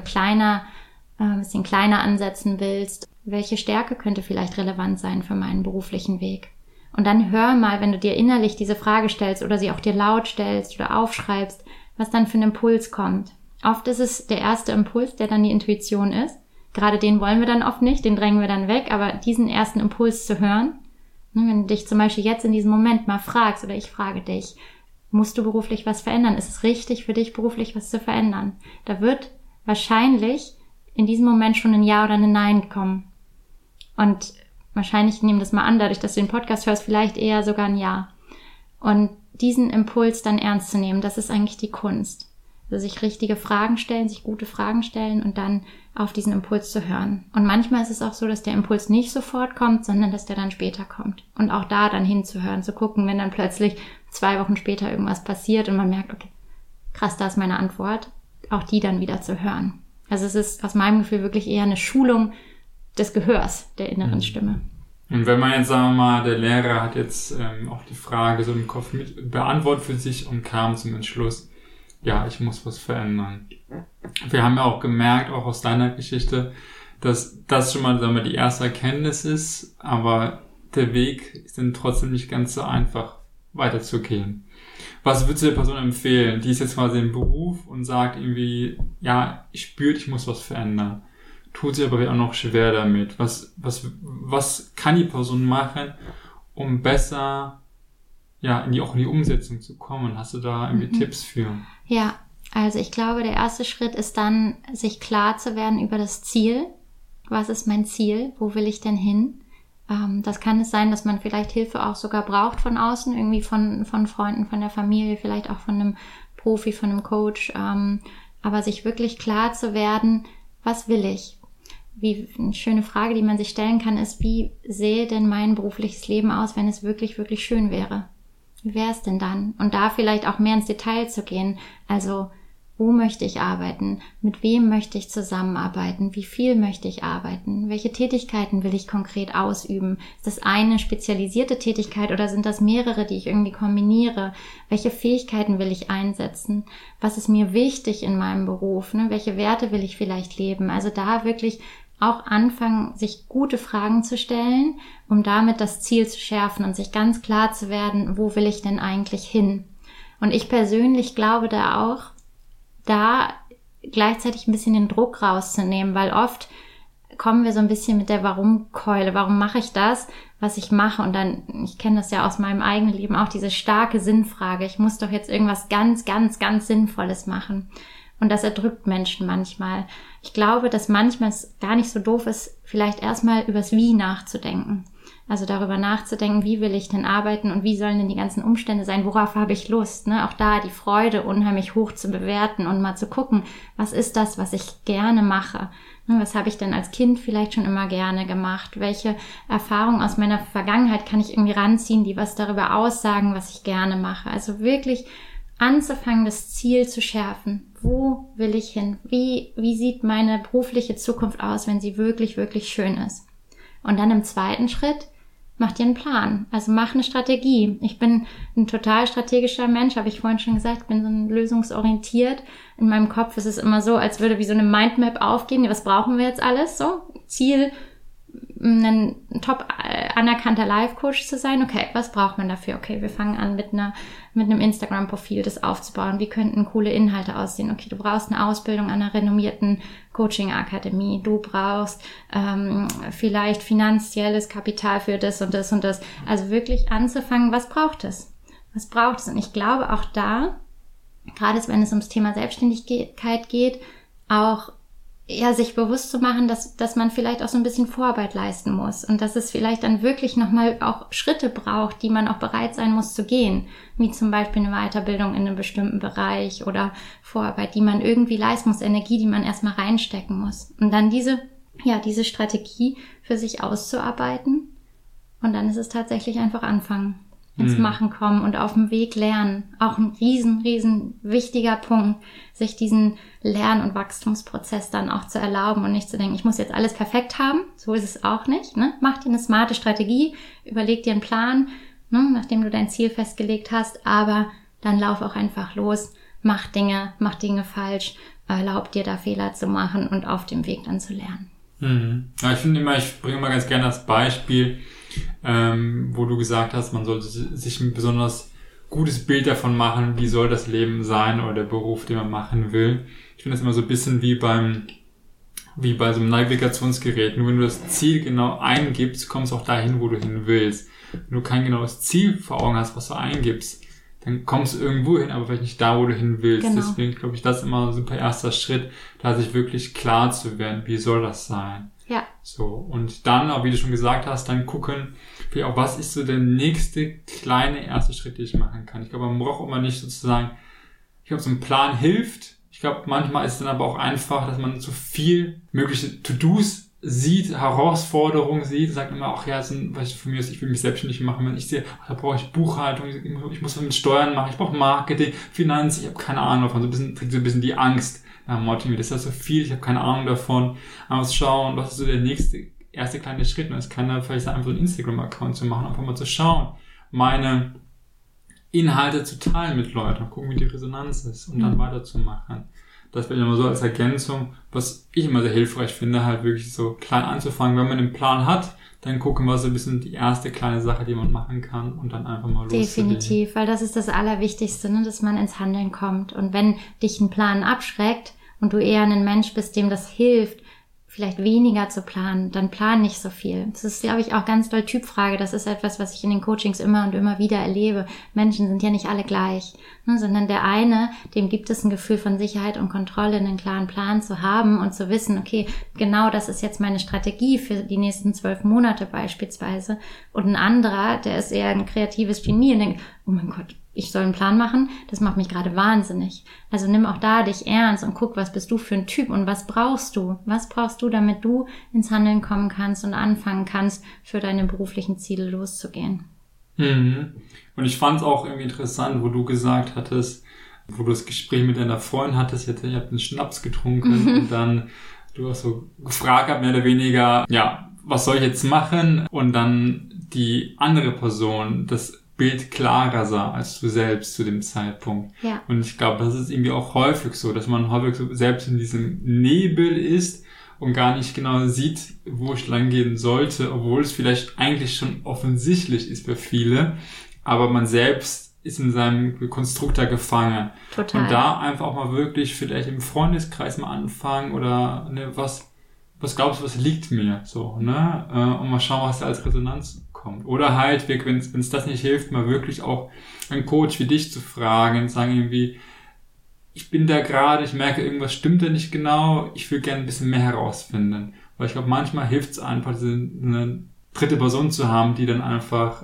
B: ein bisschen kleiner ansetzen willst, welche Stärke könnte vielleicht relevant sein für meinen beruflichen Weg? Und dann hör mal, wenn du dir innerlich diese Frage stellst oder sie auch dir laut stellst oder aufschreibst, was dann für ein Impuls kommt. Oft ist es der erste Impuls, der dann die Intuition ist. Gerade den wollen wir dann oft nicht, den drängen wir dann weg, aber diesen ersten Impuls zu hören, wenn du dich zum Beispiel jetzt in diesem Moment mal fragst oder ich frage dich, musst du beruflich was verändern? Ist es richtig für dich, beruflich was zu verändern? Da wird wahrscheinlich in diesem Moment schon ein Ja oder ein Nein kommen. Und wahrscheinlich, nehmen das mal an, dadurch, dass du den Podcast hörst, vielleicht eher sogar ein Ja. Und diesen Impuls dann ernst zu nehmen, das ist eigentlich die Kunst. Also sich richtige Fragen stellen, sich gute Fragen stellen und dann auf diesen Impuls zu hören. Und manchmal ist es auch so, dass der Impuls nicht sofort kommt, sondern dass der dann später kommt. Und auch da dann hinzuhören, zu gucken, wenn dann plötzlich 2 Wochen später irgendwas passiert und man merkt, okay, krass, da ist meine Antwort, auch die dann wieder zu hören. Also es ist aus meinem Gefühl wirklich eher eine Schulung des Gehörs der inneren Stimme.
A: Und wenn man jetzt, sagen wir mal, der Lehrer hat jetzt auch die Frage so im Kopf mit beantwortet für sich und kam zum Entschluss, ja, ich muss was verändern. Wir haben ja auch gemerkt, auch aus deiner Geschichte, dass das schon mal, sagen wir, die erste Erkenntnis ist, aber der Weg ist dann trotzdem nicht ganz so einfach, weiterzugehen. Was würdest du der Person empfehlen? Die ist jetzt quasi im Beruf und sagt irgendwie, ja, ich spüre, ich muss was verändern. Tut sich aber auch noch schwer damit. Was kann die Person machen, um besser auch in die Umsetzung zu kommen? Hast du da irgendwie Tipps für?
B: Ja, also ich glaube, der erste Schritt ist dann, sich klar zu werden über das Ziel. Was ist mein Ziel? Wo will ich denn hin? Das kann es sein, dass man vielleicht Hilfe auch sogar braucht von außen, irgendwie von Freunden, von der Familie, vielleicht auch von einem Profi, von einem Coach. Aber sich wirklich klar zu werden, was will ich? Eine schöne Frage, die man sich stellen kann, ist, wie sähe denn mein berufliches Leben aus, wenn es wirklich, wirklich schön wäre? Wie wäre es denn dann? Und da vielleicht auch mehr ins Detail zu gehen. Also, wo möchte ich arbeiten? Mit wem möchte ich zusammenarbeiten? Wie viel möchte ich arbeiten? Welche Tätigkeiten will ich konkret ausüben? Ist das eine spezialisierte Tätigkeit oder sind das mehrere, die ich irgendwie kombiniere? Welche Fähigkeiten will ich einsetzen? Was ist mir wichtig in meinem Beruf? Welche Werte will ich vielleicht leben? Also da wirklich auch anfangen, sich gute Fragen zu stellen, um damit das Ziel zu schärfen und sich ganz klar zu werden, wo will ich denn eigentlich hin? Und ich persönlich glaube da gleichzeitig ein bisschen den Druck rauszunehmen, weil oft kommen wir so ein bisschen mit der Warum-Keule. Warum mache ich das, was ich mache? Und dann, ich kenne das ja aus meinem eigenen Leben auch, diese starke Sinnfrage. Ich muss doch jetzt irgendwas ganz, ganz, ganz Sinnvolles machen. Und das erdrückt Menschen manchmal. Ich glaube, dass manchmal es gar nicht so doof ist, vielleicht erstmal übers Wie nachzudenken. Also darüber nachzudenken, wie will ich denn arbeiten und wie sollen denn die ganzen Umstände sein, worauf habe ich Lust, ne? Auch da die Freude unheimlich hoch zu bewerten und mal zu gucken, was ist das, was ich gerne mache? Was habe ich denn als Kind vielleicht schon immer gerne gemacht? Welche Erfahrungen aus meiner Vergangenheit kann ich irgendwie ranziehen, die was darüber aussagen, was ich gerne mache? Also wirklich anzufangen, das Ziel zu schärfen. Wo will ich hin? Wie sieht meine berufliche Zukunft aus, wenn sie wirklich, wirklich schön ist? Und dann im zweiten Schritt, mach dir einen Plan. Also mach eine Strategie. Ich bin ein total strategischer Mensch, habe ich vorhin schon gesagt, bin so lösungsorientiert. In meinem Kopf ist es immer so, als würde wie so eine Mindmap aufgehen. Was brauchen wir jetzt alles? So, Ziel, ein top anerkannter Life-Coach zu sein. Okay, was braucht man dafür? Okay, wir fangen an mit einem Instagram-Profil, das aufzubauen. Wie könnten coole Inhalte aussehen? Okay, du brauchst eine Ausbildung an einer renommierten Coaching-Akademie. Du brauchst vielleicht finanzielles Kapital für das und das und das. Also wirklich anzufangen, was braucht es? Was braucht es? Und ich glaube auch da, gerade wenn es ums Thema Selbstständigkeit geht, auch sich bewusst zu machen, dass man vielleicht auch so ein bisschen Vorarbeit leisten muss und dass es vielleicht dann wirklich nochmal auch Schritte braucht, die man auch bereit sein muss zu gehen, wie zum Beispiel eine Weiterbildung in einem bestimmten Bereich oder Vorarbeit, die man irgendwie leisten muss, Energie, die man erstmal reinstecken muss. Und dann diese Strategie für sich auszuarbeiten und dann ist es tatsächlich einfach anfangen. Ins Machen kommen und auf dem Weg lernen. Auch ein riesen wichtiger Punkt, sich diesen Lern- und Wachstumsprozess dann auch zu erlauben und nicht zu denken, ich muss jetzt alles perfekt haben. So ist es auch nicht. Ne? Mach dir eine smarte Strategie, überleg dir einen Plan, ne, nachdem du dein Ziel festgelegt hast, aber dann lauf auch einfach los, mach Dinge falsch, erlaub dir da Fehler zu machen und auf dem Weg dann zu lernen.
A: Ja, ich bringe immer ganz gerne das Beispiel, wo du gesagt hast, man sollte sich ein besonders gutes Bild davon machen, wie soll das Leben sein oder der Beruf, den man machen will. Ich finde das immer so ein bisschen wie bei so einem Navigationsgerät. Nur wenn du das Ziel genau eingibst, kommst du auch dahin, wo du hin willst. Wenn du kein genaues Ziel vor Augen hast, was du eingibst, dann kommst du irgendwo hin, aber vielleicht nicht da, wo du hin willst. Genau. Deswegen glaube ich, das ist immer ein super erster Schritt, da sich wirklich klar zu werden, wie soll das sein.
B: Ja.
A: So, und dann, auch wie du schon gesagt hast, dann gucken, wie auch was ist so der nächste kleine erste Schritt, den ich machen kann. Ich glaube, man braucht immer nicht sozusagen, ich glaube, so ein Plan hilft. Ich glaube, manchmal ist es dann aber auch einfach, dass man so viel mögliche To-Dos sieht, Herausforderungen sieht, sagt immer, ach ja, was von mir ist, ich will mich selbstständig machen, wenn ich sehe, da brauche ich Buchhaltung, ich muss was mit Steuern machen, ich brauche Marketing, Finanz, ich habe keine Ahnung davon, so ein bisschen die Angst nach Motto, das ist ja so viel, ich habe keine Ahnung davon, aber zu schauen, was ist so der erste kleine Schritt, und das kann dann vielleicht sein, einfach so einen Instagram-Account zu machen, einfach mal zu schauen, meine Inhalte zu teilen mit Leuten, gucken, wie die Resonanz ist und dann weiterzumachen. Das wäre immer so als Ergänzung, was ich immer sehr hilfreich finde, halt wirklich so klein anzufangen. Wenn man einen Plan hat, dann gucken wir so ein bisschen die erste kleine Sache, die man machen kann und dann einfach mal loslegen.
B: Definitiv, weil das ist das Allerwichtigste, ne, dass man ins Handeln kommt. Und wenn dich ein Plan abschreckt und du eher ein Mensch bist, dem das hilft, vielleicht weniger zu planen, dann plan nicht so viel. Das ist, glaube ich, auch ganz doll Typfrage. Das ist etwas, was ich in den Coachings immer und immer wieder erlebe. Menschen sind ja nicht alle gleich, ne, sondern der eine, dem gibt es ein Gefühl von Sicherheit und Kontrolle, einen klaren Plan zu haben und zu wissen, okay, genau das ist jetzt meine Strategie für die nächsten 12 Monate beispielsweise. Und ein anderer, der ist eher ein kreatives Genie und denkt, oh mein Gott, ich soll einen Plan machen, das macht mich gerade wahnsinnig. Also nimm auch da dich ernst und guck, was bist du für ein Typ und was brauchst du? Was brauchst du, damit du ins Handeln kommen kannst und anfangen kannst, für deine beruflichen Ziele loszugehen?
A: Mhm. Und ich fand es auch irgendwie interessant, wo du gesagt hattest, wo du das Gespräch mit deiner Freundin hattest, ihr habt einen Schnaps getrunken und dann du hast so gefragt habt, mehr oder weniger, ja, was soll ich jetzt machen? Und dann die andere Person das Bild klarer sah als du selbst zu dem Zeitpunkt.
B: Ja.
A: Und ich glaube, das ist irgendwie auch häufig so, dass man häufig so selbst in diesem Nebel ist und gar nicht genau sieht, wo es lang gehen sollte, obwohl es vielleicht eigentlich schon offensichtlich ist für viele, aber man selbst ist in seinem Konstrukt da gefangen.
B: Total.
A: Und da einfach auch mal wirklich vielleicht im Freundeskreis mal anfangen oder ne, was glaubst du, was liegt mir? So, ne? Und mal schauen, was da als Resonanz kommt. Oder halt, wenn es das nicht hilft, mal wirklich auch einen Coach wie dich zu fragen und sagen irgendwie, ich bin da gerade, ich merke, irgendwas stimmt da nicht genau, ich will gerne ein bisschen mehr herausfinden. Weil ich glaube, manchmal hilft es einfach, eine dritte Person zu haben, die dann einfach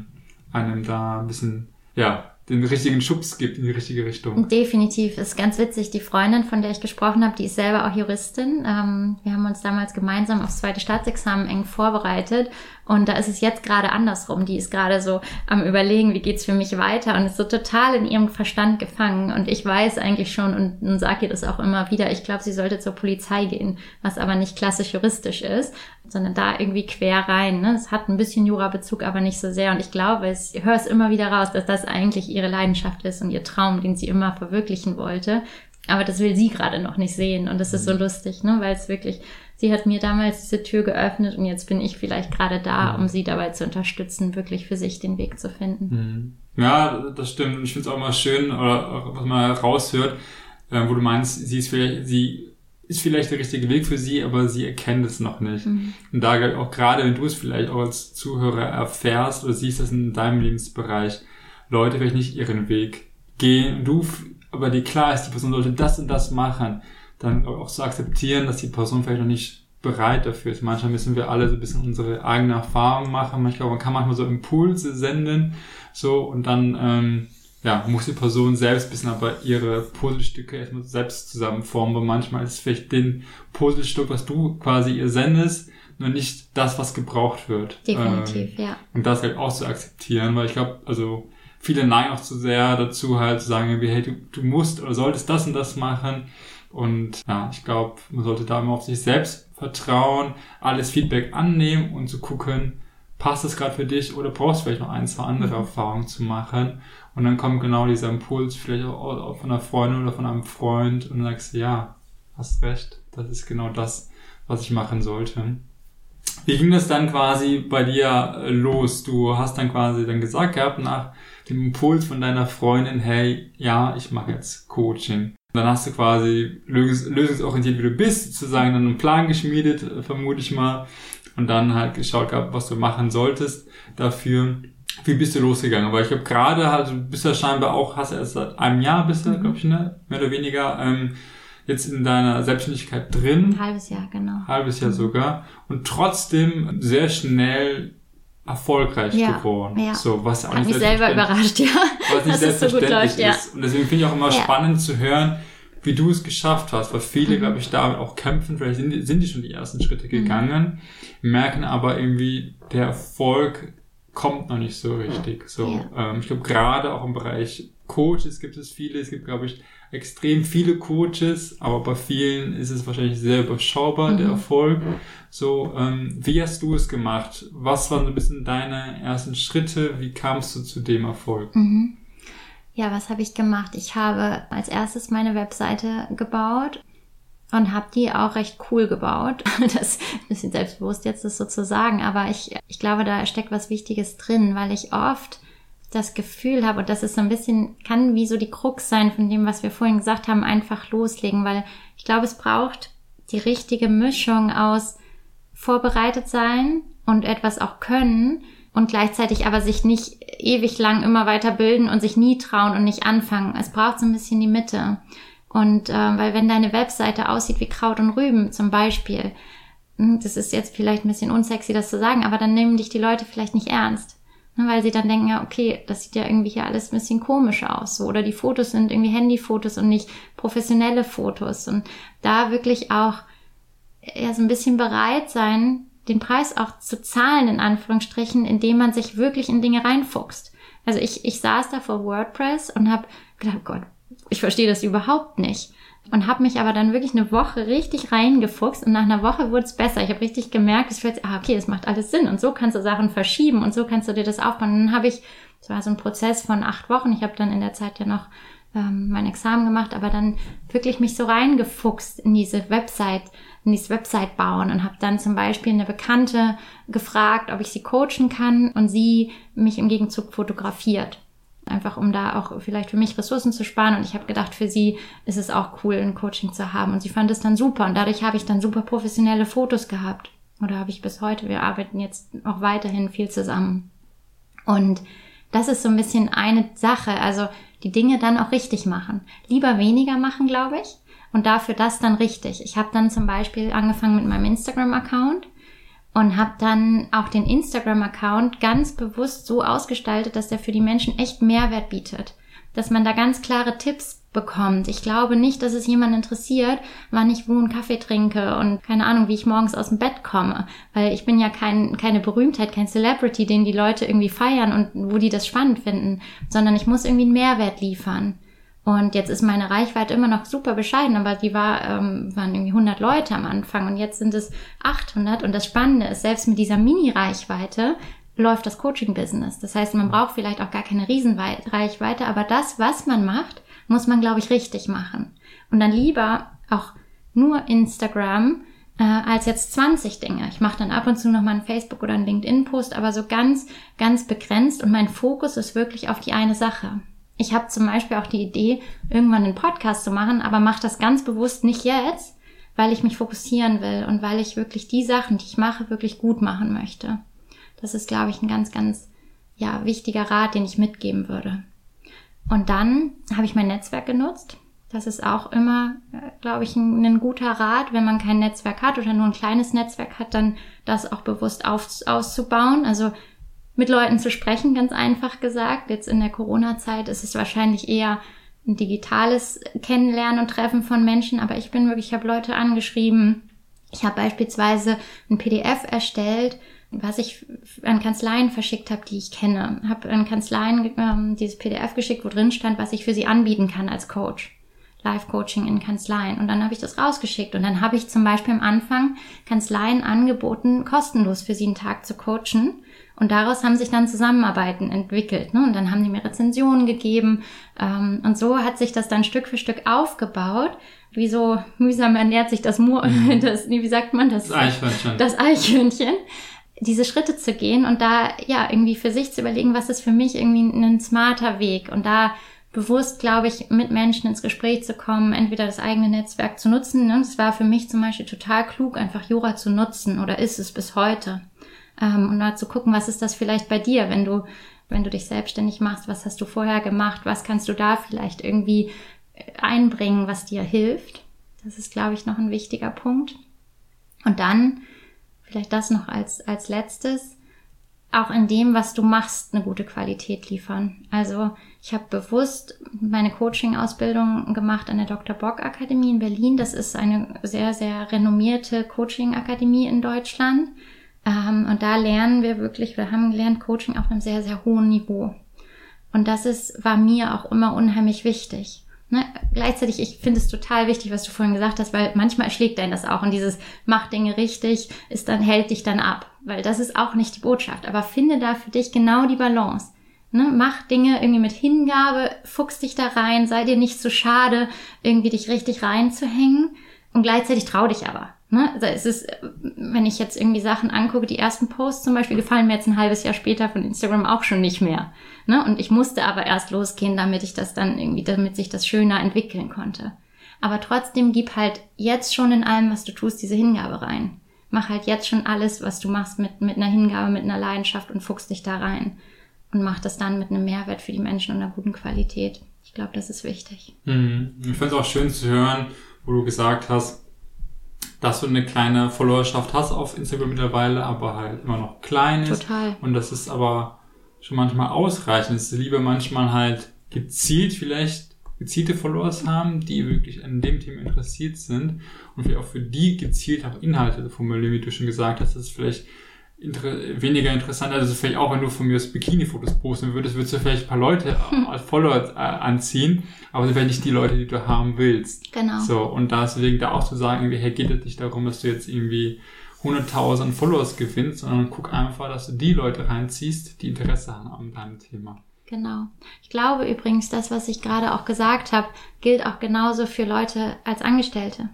A: einem da ein bisschen, ja, den richtigen Schubs gibt in die richtige Richtung.
B: Definitiv. Ist ganz witzig. Die Freundin, von der ich gesprochen habe, die ist selber auch Juristin. Wir haben uns damals gemeinsam aufs 2. Staatsexamen eng vorbereitet. Und da ist es jetzt gerade andersrum. Die ist gerade so am Überlegen, wie geht's für mich weiter und ist so total in ihrem Verstand gefangen. Und ich weiß eigentlich schon und sage ihr das auch immer wieder, ich glaube, sie sollte zur Polizei gehen, was aber nicht klassisch juristisch ist, sondern da irgendwie quer rein. Ne? Es hat ein bisschen Jurabezug, aber nicht so sehr. Und ich glaube, ich höre es immer wieder raus, dass das eigentlich ihre Leidenschaft ist und ihr Traum, den sie immer verwirklichen wollte. Aber das will sie gerade noch nicht sehen. Und das ist so lustig, ne? Weil es wirklich, sie hat mir damals diese Tür geöffnet und jetzt bin ich vielleicht gerade da, um sie dabei zu unterstützen, wirklich für sich den Weg zu finden.
A: Ja, das stimmt. Und ich finde es auch immer schön, oder was man raushört, wo du meinst, sie ist vielleicht der richtige Weg für sie, aber sie erkennt es noch nicht. Und da auch gerade, wenn du es vielleicht auch als Zuhörer erfährst oder siehst, dass in deinem Lebensbereich Leute vielleicht nicht ihren Weg gehen, aber dir klar ist, die Person sollte das und das machen, dann auch zu akzeptieren, dass die Person vielleicht noch nicht bereit dafür ist. Manchmal müssen wir alle so ein bisschen unsere eigene Erfahrung machen. Man kann manchmal so Impulse senden, so, und dann, muss die Person selbst ein bisschen aber ihre Puzzlestücke erstmal selbst zusammenformen, weil manchmal ist es vielleicht den Puzzlestück, was du quasi ihr sendest, nur nicht das, was gebraucht wird.
B: Definitiv, ja. Und
A: das halt auch zu akzeptieren, weil ich glaube, also viele neigen auch zu sehr dazu halt zu sagen, hey, du musst oder solltest das und das machen. Und ja, ich glaube, man sollte da immer auf sich selbst vertrauen, alles Feedback annehmen und zu gucken, passt es gerade für dich oder brauchst du vielleicht noch ein, zwei andere Erfahrungen zu machen. Und dann kommt genau dieser Impuls vielleicht auch von einer Freundin oder von einem Freund und dann sagst du, ja, hast recht, das ist genau das, was ich machen sollte. Wie ging das dann quasi bei dir los? Du hast dann quasi gesagt gehabt, nach dem Impuls von deiner Freundin, hey, ja, ich mache jetzt Coaching. Dann hast du quasi lösungsorientiert, wie du bist, sozusagen dann einen Plan geschmiedet, vermute ich mal, und dann halt geschaut gehabt, was du machen solltest dafür. Wie bist du losgegangen? Aber ich glaube gerade, halt, du bist ja scheinbar auch, hast du erst seit einem Jahr, glaube ich, ne? Mehr oder weniger, jetzt in deiner Selbstständigkeit drin.
B: Ein halbes Jahr, genau.
A: Halbes Jahr sogar. Und trotzdem sehr schnell erfolgreich geworden.
B: Ja.
A: So, was auch
B: hat
A: nicht
B: mich selber überrascht, ja.
A: Was nicht selbstverständlich
B: so gut läuft,
A: ist. Und deswegen finde ich auch immer spannend zu hören, wie du es geschafft hast, weil viele, glaube ich, damit auch kämpfen, vielleicht sind die schon die ersten Schritte gegangen, merken aber irgendwie, der Erfolg kommt noch nicht so richtig. So, ich glaube, gerade auch im Bereich Coaches gibt es viele, es gibt, glaube ich, extrem viele Coaches, aber bei vielen ist es wahrscheinlich sehr überschaubar, der Erfolg. So, wie hast du es gemacht? Was waren so ein bisschen deine ersten Schritte? Wie kamst du zu dem Erfolg?
B: Ja, was habe ich gemacht? Ich habe als erstes meine Webseite gebaut und habe die auch recht cool gebaut. Das ist ein bisschen selbstbewusst jetzt, das so zu sagen, aber ich glaube, da steckt was Wichtiges drin, weil ich oft das Gefühl habe, und das ist so ein bisschen, kann wie so die Krux sein von dem, was wir vorhin gesagt haben, einfach loslegen, weil ich glaube, es braucht die richtige Mischung aus vorbereitet sein und etwas auch können und gleichzeitig aber sich nicht ewig lang immer weiterbilden und sich nie trauen und nicht anfangen. Es braucht so ein bisschen die Mitte. Und weil wenn deine Webseite aussieht wie Kraut und Rüben zum Beispiel, das ist jetzt vielleicht ein bisschen unsexy, das zu sagen, aber dann nehmen dich die Leute vielleicht nicht ernst. Weil sie dann denken, ja, okay, das sieht ja irgendwie hier alles ein bisschen komisch aus. So. Oder die Fotos sind irgendwie Handyfotos und nicht professionelle Fotos. Und da wirklich auch ja, so ein bisschen bereit sein, den Preis auch zu zahlen, in Anführungsstrichen, indem man sich wirklich in Dinge reinfuchst. Also ich saß da vor WordPress und habe gedacht, oh Gott, ich verstehe das überhaupt nicht. Und habe mich aber dann wirklich eine Woche richtig reingefuchst und nach einer Woche wurde es besser. Ich habe richtig gemerkt, okay, das macht alles Sinn und so kannst du Sachen verschieben und so kannst du dir das aufbauen. Und dann habe ich, das war so ein Prozess von 8 Wochen, ich habe dann in der Zeit ja noch mein Examen gemacht, aber dann wirklich mich so reingefuchst in diese Website, in dieses Website bauen und habe dann zum Beispiel eine Bekannte gefragt, ob ich sie coachen kann und sie mich im Gegenzug fotografiert. Einfach um da auch vielleicht für mich Ressourcen zu sparen. Und ich habe gedacht, für sie ist es auch cool, ein Coaching zu haben. Und sie fand es dann super. Und dadurch habe ich dann super professionelle Fotos gehabt. Oder habe ich bis heute. Wir arbeiten jetzt auch weiterhin viel zusammen. Und das ist so ein bisschen eine Sache. Also die Dinge dann auch richtig machen. Lieber weniger machen, glaube ich. Und dafür das dann richtig. Ich habe dann zum Beispiel angefangen mit meinem Instagram-Account. Und habe dann auch den Instagram-Account ganz bewusst so ausgestaltet, dass der für die Menschen echt Mehrwert bietet. Dass man da ganz klare Tipps bekommt. Ich glaube nicht, dass es jemanden interessiert, wann ich wo einen Kaffee trinke und keine Ahnung, wie ich morgens aus dem Bett komme. Weil ich bin ja keine Berühmtheit, kein Celebrity, den die Leute irgendwie feiern und wo die das spannend finden. Sondern ich muss irgendwie einen Mehrwert liefern. Und jetzt ist meine Reichweite immer noch super bescheiden, aber die waren irgendwie 100 Leute am Anfang und jetzt sind es 800. Und das Spannende ist, selbst mit dieser Mini-Reichweite läuft das Coaching-Business. Das heißt, man braucht vielleicht auch gar keine Riesenreichweite, aber das, was man macht, muss man, glaube ich, richtig machen. Und dann lieber auch nur Instagram als jetzt 20 Dinge. Ich mache dann ab und zu nochmal einen Facebook- oder einen LinkedIn-Post, aber so ganz, ganz begrenzt. Und mein Fokus ist wirklich auf die eine Sache. Ich habe zum Beispiel auch die Idee, irgendwann einen Podcast zu machen, aber mache das ganz bewusst nicht jetzt, weil ich mich fokussieren will und weil ich wirklich die Sachen, die ich mache, wirklich gut machen möchte. Das ist, glaube ich, ein ganz, ganz wichtiger Rat, den ich mitgeben würde. Und dann habe ich mein Netzwerk genutzt. Das ist auch immer, glaube ich, ein guter Rat, wenn man kein Netzwerk hat oder nur ein kleines Netzwerk hat, dann das auch bewusst auszubauen. Also mit Leuten zu sprechen, ganz einfach gesagt. Jetzt in der Corona-Zeit ist es wahrscheinlich eher ein digitales Kennenlernen und Treffen von Menschen, aber ich habe Leute angeschrieben. Ich habe beispielsweise ein PDF erstellt, was ich an Kanzleien verschickt habe, die ich kenne. Habe an Kanzleien dieses PDF geschickt, wo drin stand, was ich für sie anbieten kann als Coach. Live-Coaching in Kanzleien. Und dann habe ich das rausgeschickt. Und dann habe ich zum Beispiel am Anfang Kanzleien angeboten, kostenlos für sie einen Tag zu coachen. Und daraus haben sich dann Zusammenarbeiten entwickelt. Ne? Und dann haben die mir Rezensionen gegeben. Und so hat sich das dann Stück für Stück aufgebaut. Wie so mühsam ernährt sich das wie sagt man das? Das Eichhörnchen. Diese Schritte zu gehen und da irgendwie für sich zu überlegen, was ist für mich irgendwie ein smarter Weg. Und da bewusst, glaube ich, mit Menschen ins Gespräch zu kommen, entweder das eigene Netzwerk zu nutzen. Ne? Das war für mich zum Beispiel total klug, einfach Jura zu nutzen oder ist es bis heute. Und mal zu gucken, was ist das vielleicht bei dir, wenn du dich selbstständig machst, was hast du vorher gemacht, was kannst du da vielleicht irgendwie einbringen, was dir hilft. Das ist, glaube ich, noch ein wichtiger Punkt. Und dann, vielleicht das noch als letztes, auch in dem, was du machst, eine gute Qualität liefern. Also ich habe bewusst meine Coaching-Ausbildung gemacht an der Dr. Bock Akademie in Berlin. Das ist eine sehr, sehr renommierte Coaching-Akademie in Deutschland. Und da lernen wir wirklich, wir haben gelernt Coaching auf einem sehr, sehr hohen Niveau. Und war mir auch immer unheimlich wichtig. Ne? Gleichzeitig, ich finde es total wichtig, was du vorhin gesagt hast, weil manchmal erschlägt einen das auch und dieses mach Dinge richtig hält dich dann ab, weil das ist auch nicht die Botschaft, aber finde da für dich genau die Balance. Ne? Mach Dinge irgendwie mit Hingabe, fuchs dich da rein, sei dir nicht so schade, irgendwie dich richtig reinzuhängen und gleichzeitig trau dich aber. Ne? Also es ist, wenn ich jetzt irgendwie Sachen angucke, die ersten Posts zum Beispiel gefallen mir jetzt ein halbes Jahr später von Instagram auch schon nicht mehr. Ne? Und ich musste aber erst losgehen, damit sich das schöner entwickeln konnte. Aber trotzdem gib halt jetzt schon in allem, was du tust, diese Hingabe rein. Mach halt jetzt schon alles, was du machst mit einer Hingabe, mit einer Leidenschaft und fuchs dich da rein. Und mach das dann mit einem Mehrwert für die Menschen und einer guten Qualität. Ich glaube, das ist wichtig.
A: Ich finde es auch schön zu hören, wo du gesagt hast, dass du eine kleine Followerschaft hast auf Instagram mittlerweile, aber halt immer noch klein ist.
B: Total.
A: Und das ist aber schon manchmal ausreichend. Es ist lieber manchmal halt gezielte Followers haben, die wirklich an dem Thema interessiert sind und vielleicht auch für die gezielt auch Inhalte formulieren, wie du schon gesagt hast, das ist vielleicht weniger interessant, also vielleicht auch, wenn du von mir aus Bikini-Fotos posten würdest du vielleicht ein paar Leute als Follower anziehen, aber das wären nicht die Leute, die du haben willst.
B: Genau.
A: So, und deswegen da auch zu sagen, irgendwie, hey, geht es nicht darum, dass du jetzt irgendwie 100.000 Followers gewinnst, sondern guck einfach, dass du die Leute reinziehst, die Interesse haben an deinem Thema.
B: Genau. Ich glaube übrigens, das, was ich gerade auch gesagt habe, gilt auch genauso für Leute als Angestellte.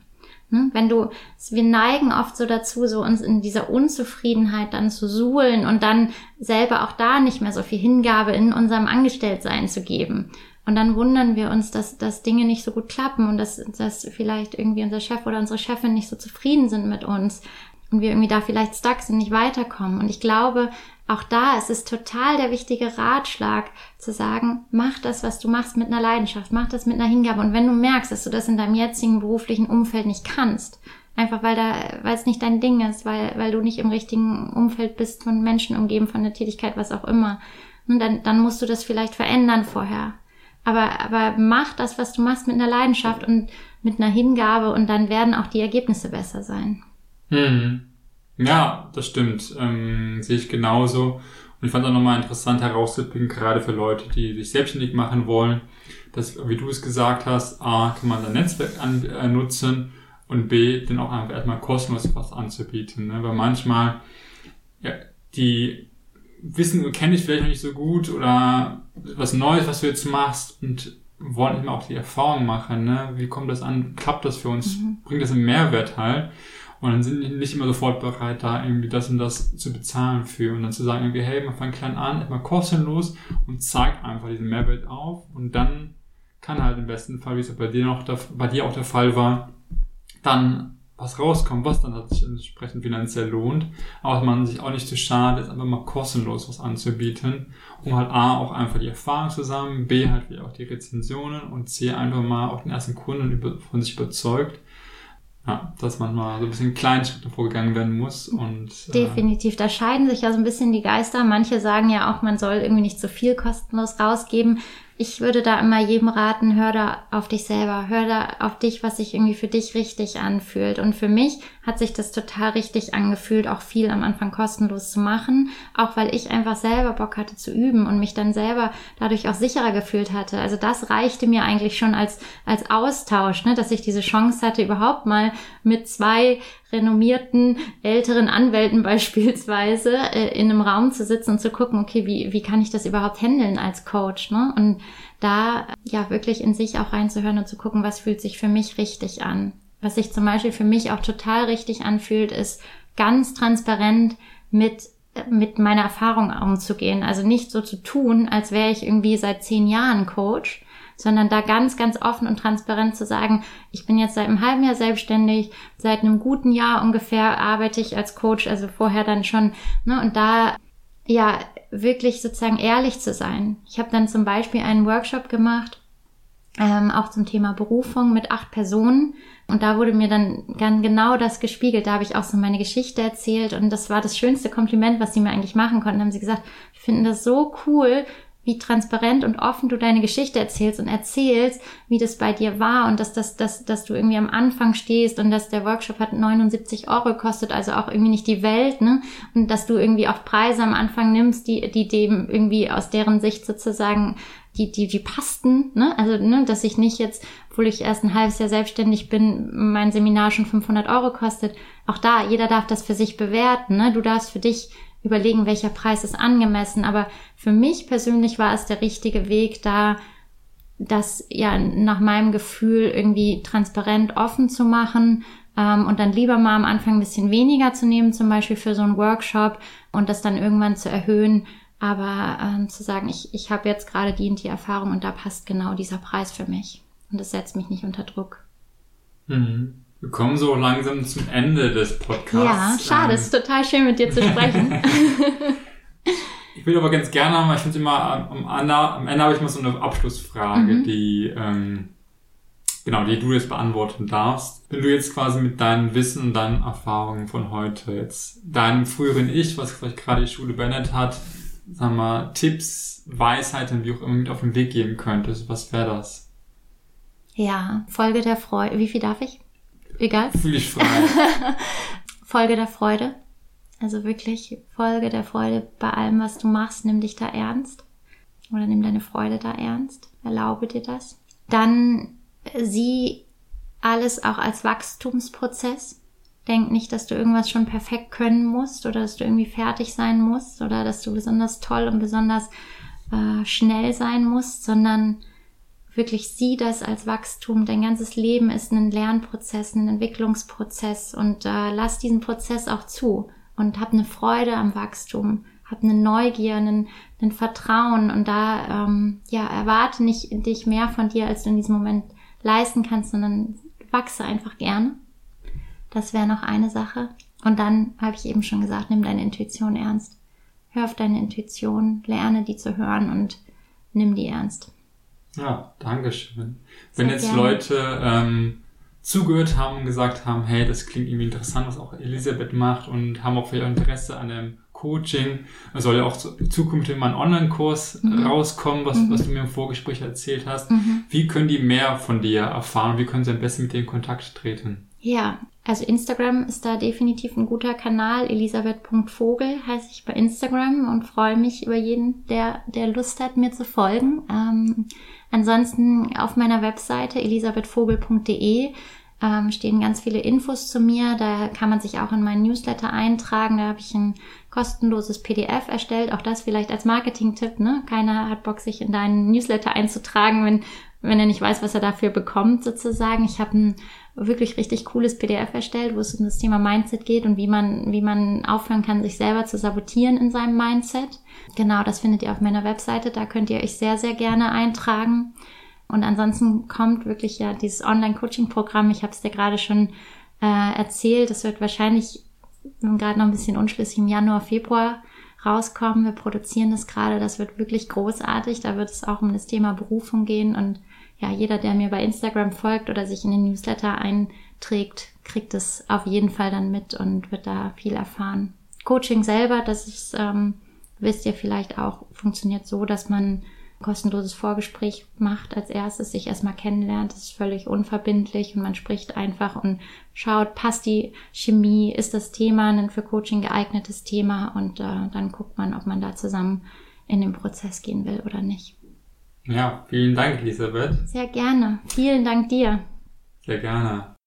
B: Wir neigen oft so dazu, so uns in dieser Unzufriedenheit dann zu suhlen und dann selber auch da nicht mehr so viel Hingabe in unserem Angestelltsein zu geben. Und dann wundern wir uns, dass Dinge nicht so gut klappen und dass vielleicht irgendwie unser Chef oder unsere Chefin nicht so zufrieden sind mit uns und wir irgendwie da vielleicht stuck sind, nicht weiterkommen. Und ich glaube, auch da ist es total der wichtige Ratschlag, zu sagen, mach das, was du machst, mit einer Leidenschaft, mach das mit einer Hingabe. Und wenn du merkst, dass du das in deinem jetzigen beruflichen Umfeld nicht kannst, einfach weil es nicht dein Ding ist, weil du nicht im richtigen Umfeld bist, von Menschen umgeben, von der Tätigkeit, was auch immer, und dann musst du das vielleicht verändern vorher. Aber mach das, was du machst, mit einer Leidenschaft und mit einer Hingabe und dann werden auch die Ergebnisse besser sein.
A: Ja, das stimmt. Sehe ich genauso. Und ich fand es auch nochmal interessant herauszupicken, gerade für Leute, die sich selbstständig machen wollen, dass, wie du es gesagt hast, A, kann man sein Netzwerk nutzen und B, dann auch einfach erstmal kostenlos was anzubieten. Ne? Weil manchmal, ja, die wissen, kenne ich vielleicht noch nicht so gut oder was Neues, was du jetzt machst und wollen nicht mehr auch die Erfahrung machen. Ne? Wie kommt das an? Klappt das für uns? Bringt das einen Mehrwert halt? Und dann sind die nicht immer sofort bereit, da irgendwie das und das zu bezahlen für. Und dann zu sagen, irgendwie, hey, man fängt klein an, immer kostenlos und zeigt einfach diesen Mehrwert auf. Und dann kann halt im besten Fall, wie es bei dir auch der Fall war, dann was rauskommt, was dann sich entsprechend finanziell lohnt. Aber man sich auch nicht zu schade ist, einfach mal kostenlos was anzubieten, um halt A, auch einfach die Erfahrung zu sammeln, B, halt wie auch die Rezensionen und C, einfach mal auch den ersten Kunden von sich überzeugt. Ja, dass man mal so ein bisschen kleinen Schritten vorgegangen werden muss. Und
B: definitiv, da scheiden sich ja so ein bisschen die Geister. Manche sagen ja auch, man soll irgendwie nicht so viel kostenlos rausgeben. Ich würde da immer jedem raten, hör da auf dich selber, hör da auf dich, was sich irgendwie für dich richtig anfühlt. Und für mich hat sich das total richtig angefühlt, auch viel am Anfang kostenlos zu machen, auch weil ich einfach selber Bock hatte zu üben und mich dann selber dadurch auch sicherer gefühlt hatte. Also das reichte mir eigentlich schon als Austausch, ne, dass ich diese Chance hatte, überhaupt mal mit 2 renommierten älteren Anwälten beispielsweise in einem Raum zu sitzen und zu gucken, okay, wie kann ich das überhaupt handeln als Coach, ne? Und da ja wirklich in sich auch reinzuhören und zu gucken, was fühlt sich für mich richtig an. Was sich zum Beispiel für mich auch total richtig anfühlt, ist ganz transparent mit meiner Erfahrung umzugehen. Also nicht so zu tun, als wäre ich irgendwie seit 10 Jahren Coach, sondern da ganz, ganz offen und transparent zu sagen, ich bin jetzt seit einem halben Jahr selbstständig, seit einem guten Jahr ungefähr arbeite ich als Coach, also vorher dann schon, ne, und da ja wirklich sozusagen ehrlich zu sein. Ich habe dann zum Beispiel einen Workshop gemacht, auch zum Thema Berufung mit 8 Personen. Und da wurde mir dann ganz genau das gespiegelt. Da habe ich auch so meine Geschichte erzählt und das war das schönste Kompliment, was sie mir eigentlich machen konnten. Da haben sie gesagt, wir finden das so cool, wie transparent und offen du deine Geschichte erzählst und erzählst, wie das bei dir war und dass du irgendwie am Anfang stehst und dass der Workshop hat 79 € gekostet, also auch irgendwie nicht die Welt, ne? Und dass du irgendwie auch Preise am Anfang nimmst, die dem irgendwie aus deren Sicht sozusagen die passten, ne? Also, ne, dass ich nicht jetzt, obwohl ich erst ein halbes Jahr selbstständig bin, mein Seminar schon 500 € kostet. Auch da, jeder darf das für sich bewerten, ne? Du darfst für dich überlegen, welcher Preis ist angemessen. Aber für mich persönlich war es der richtige Weg, da das ja nach meinem Gefühl irgendwie transparent offen zu machen und dann lieber mal am Anfang ein bisschen weniger zu nehmen, zum Beispiel für so einen Workshop und das dann irgendwann zu erhöhen. Aber zu sagen, ich habe jetzt gerade die und die Erfahrung und da passt genau dieser Preis für mich. Und das setzt mich nicht unter Druck.
A: Mhm. Wir kommen so langsam zum Ende des Podcasts.
B: Ja, schade, es ist total schön, mit dir zu sprechen.
A: Ich will aber ganz gerne haben, weil ich finde immer, am Ende habe ich mal so eine Abschlussfrage, die du jetzt beantworten darfst. Wenn du jetzt quasi mit deinem Wissen und deinen Erfahrungen von heute jetzt deinem früheren Ich, was vielleicht gerade die Schule beendet hat, sagen wir, Tipps, Weisheiten, wie auch immer mit auf den Weg geben könntest, was wäre das?
B: Ja, Folge der Freude. Wie viel darf ich? Egal.
A: Fühl dich frei.
B: Folge der Freude. Also wirklich Folge der Freude bei allem, was du machst. Nimm dich da ernst. Oder nimm deine Freude da ernst. Erlaube dir das. Dann sieh alles auch als Wachstumsprozess. Denk nicht, dass du irgendwas schon perfekt können musst oder dass du irgendwie fertig sein musst oder dass du besonders toll und besonders schnell sein musst, sondern wirklich sieh das als Wachstum. Dein ganzes Leben ist ein Lernprozess, ein Entwicklungsprozess und lass diesen Prozess auch zu und hab eine Freude am Wachstum, hab eine Neugier, ein Vertrauen und da erwarte nicht dich mehr von dir, als du in diesem Moment leisten kannst, sondern wachse einfach gerne. Das wäre noch eine Sache. Und dann habe ich eben schon gesagt, nimm deine Intuition ernst. Hör auf deine Intuition, lerne die zu hören und nimm die ernst.
A: Ja, danke schön. Wenn jetzt gerne Leute zugehört haben und gesagt haben, hey, das klingt irgendwie interessant, was auch Elisabeth macht und haben auch vielleicht Interesse an einem Coaching, es soll ja auch zukünftig mal ein Online-Kurs rauskommen, was du mir im Vorgespräch erzählt hast. Wie können die mehr von dir erfahren? Wie können sie am besten mit dir in Kontakt treten?
B: Ja, also Instagram ist da definitiv ein guter Kanal. Elisabeth.vogel heiße ich bei Instagram und freue mich über jeden, der Lust hat, mir zu folgen. Ansonsten auf meiner Webseite elisabethvogel.de stehen ganz viele Infos zu mir. Da kann man sich auch in meinen Newsletter eintragen. Da habe ich ein kostenloses PDF erstellt. Auch das vielleicht als Marketing-Tipp, ne? Keiner hat Bock, sich in deinen Newsletter einzutragen, wenn er nicht weiß, was er dafür bekommt, sozusagen. Ich habe ein wirklich richtig cooles PDF erstellt, wo es um das Thema Mindset geht und wie man aufhören kann, sich selber zu sabotieren in seinem Mindset. Genau, das findet ihr auf meiner Webseite. Da könnt ihr euch sehr, sehr gerne eintragen. Und ansonsten kommt wirklich ja dieses Online-Coaching-Programm. Ich habe es dir gerade schon erzählt. Das wird wahrscheinlich, gerade noch ein bisschen unschlüssig, im Januar, Februar rauskommen. Wir produzieren das gerade. Das wird wirklich großartig. Da wird es auch um das Thema Berufung gehen. Und ja, jeder, der mir bei Instagram folgt oder sich in den Newsletter einträgt, kriegt es auf jeden Fall dann mit und wird da viel erfahren. Coaching selber, das ist, wisst ihr vielleicht auch, funktioniert so, dass man ein kostenloses Vorgespräch macht als erstes, sich erstmal kennenlernt. Das ist völlig unverbindlich und man spricht einfach und schaut, passt die Chemie, ist das Thema ein für Coaching geeignetes Thema und dann guckt man, ob man da zusammen in den Prozess gehen will oder nicht.
A: Ja, vielen Dank, Elisabeth.
B: Sehr gerne. Vielen Dank dir.
A: Sehr gerne.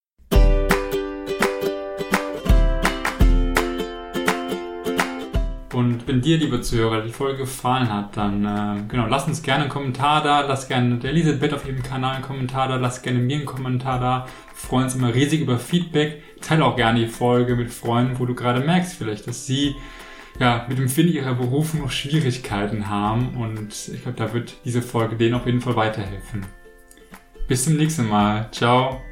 A: Und wenn dir, liebe Zuhörer, die Folge gefallen hat, dann lass uns gerne einen Kommentar da, lass gerne der Elisabeth auf ihrem Kanal einen Kommentar da, lass gerne mir einen Kommentar da. Wir freuen uns immer riesig über Feedback. Teile auch gerne die Folge mit Freunden, wo du gerade merkst vielleicht, dass sie mit dem Finden ihrer Berufung noch Schwierigkeiten haben und ich glaube, da wird diese Folge denen auf jeden Fall weiterhelfen. Bis zum nächsten Mal. Ciao.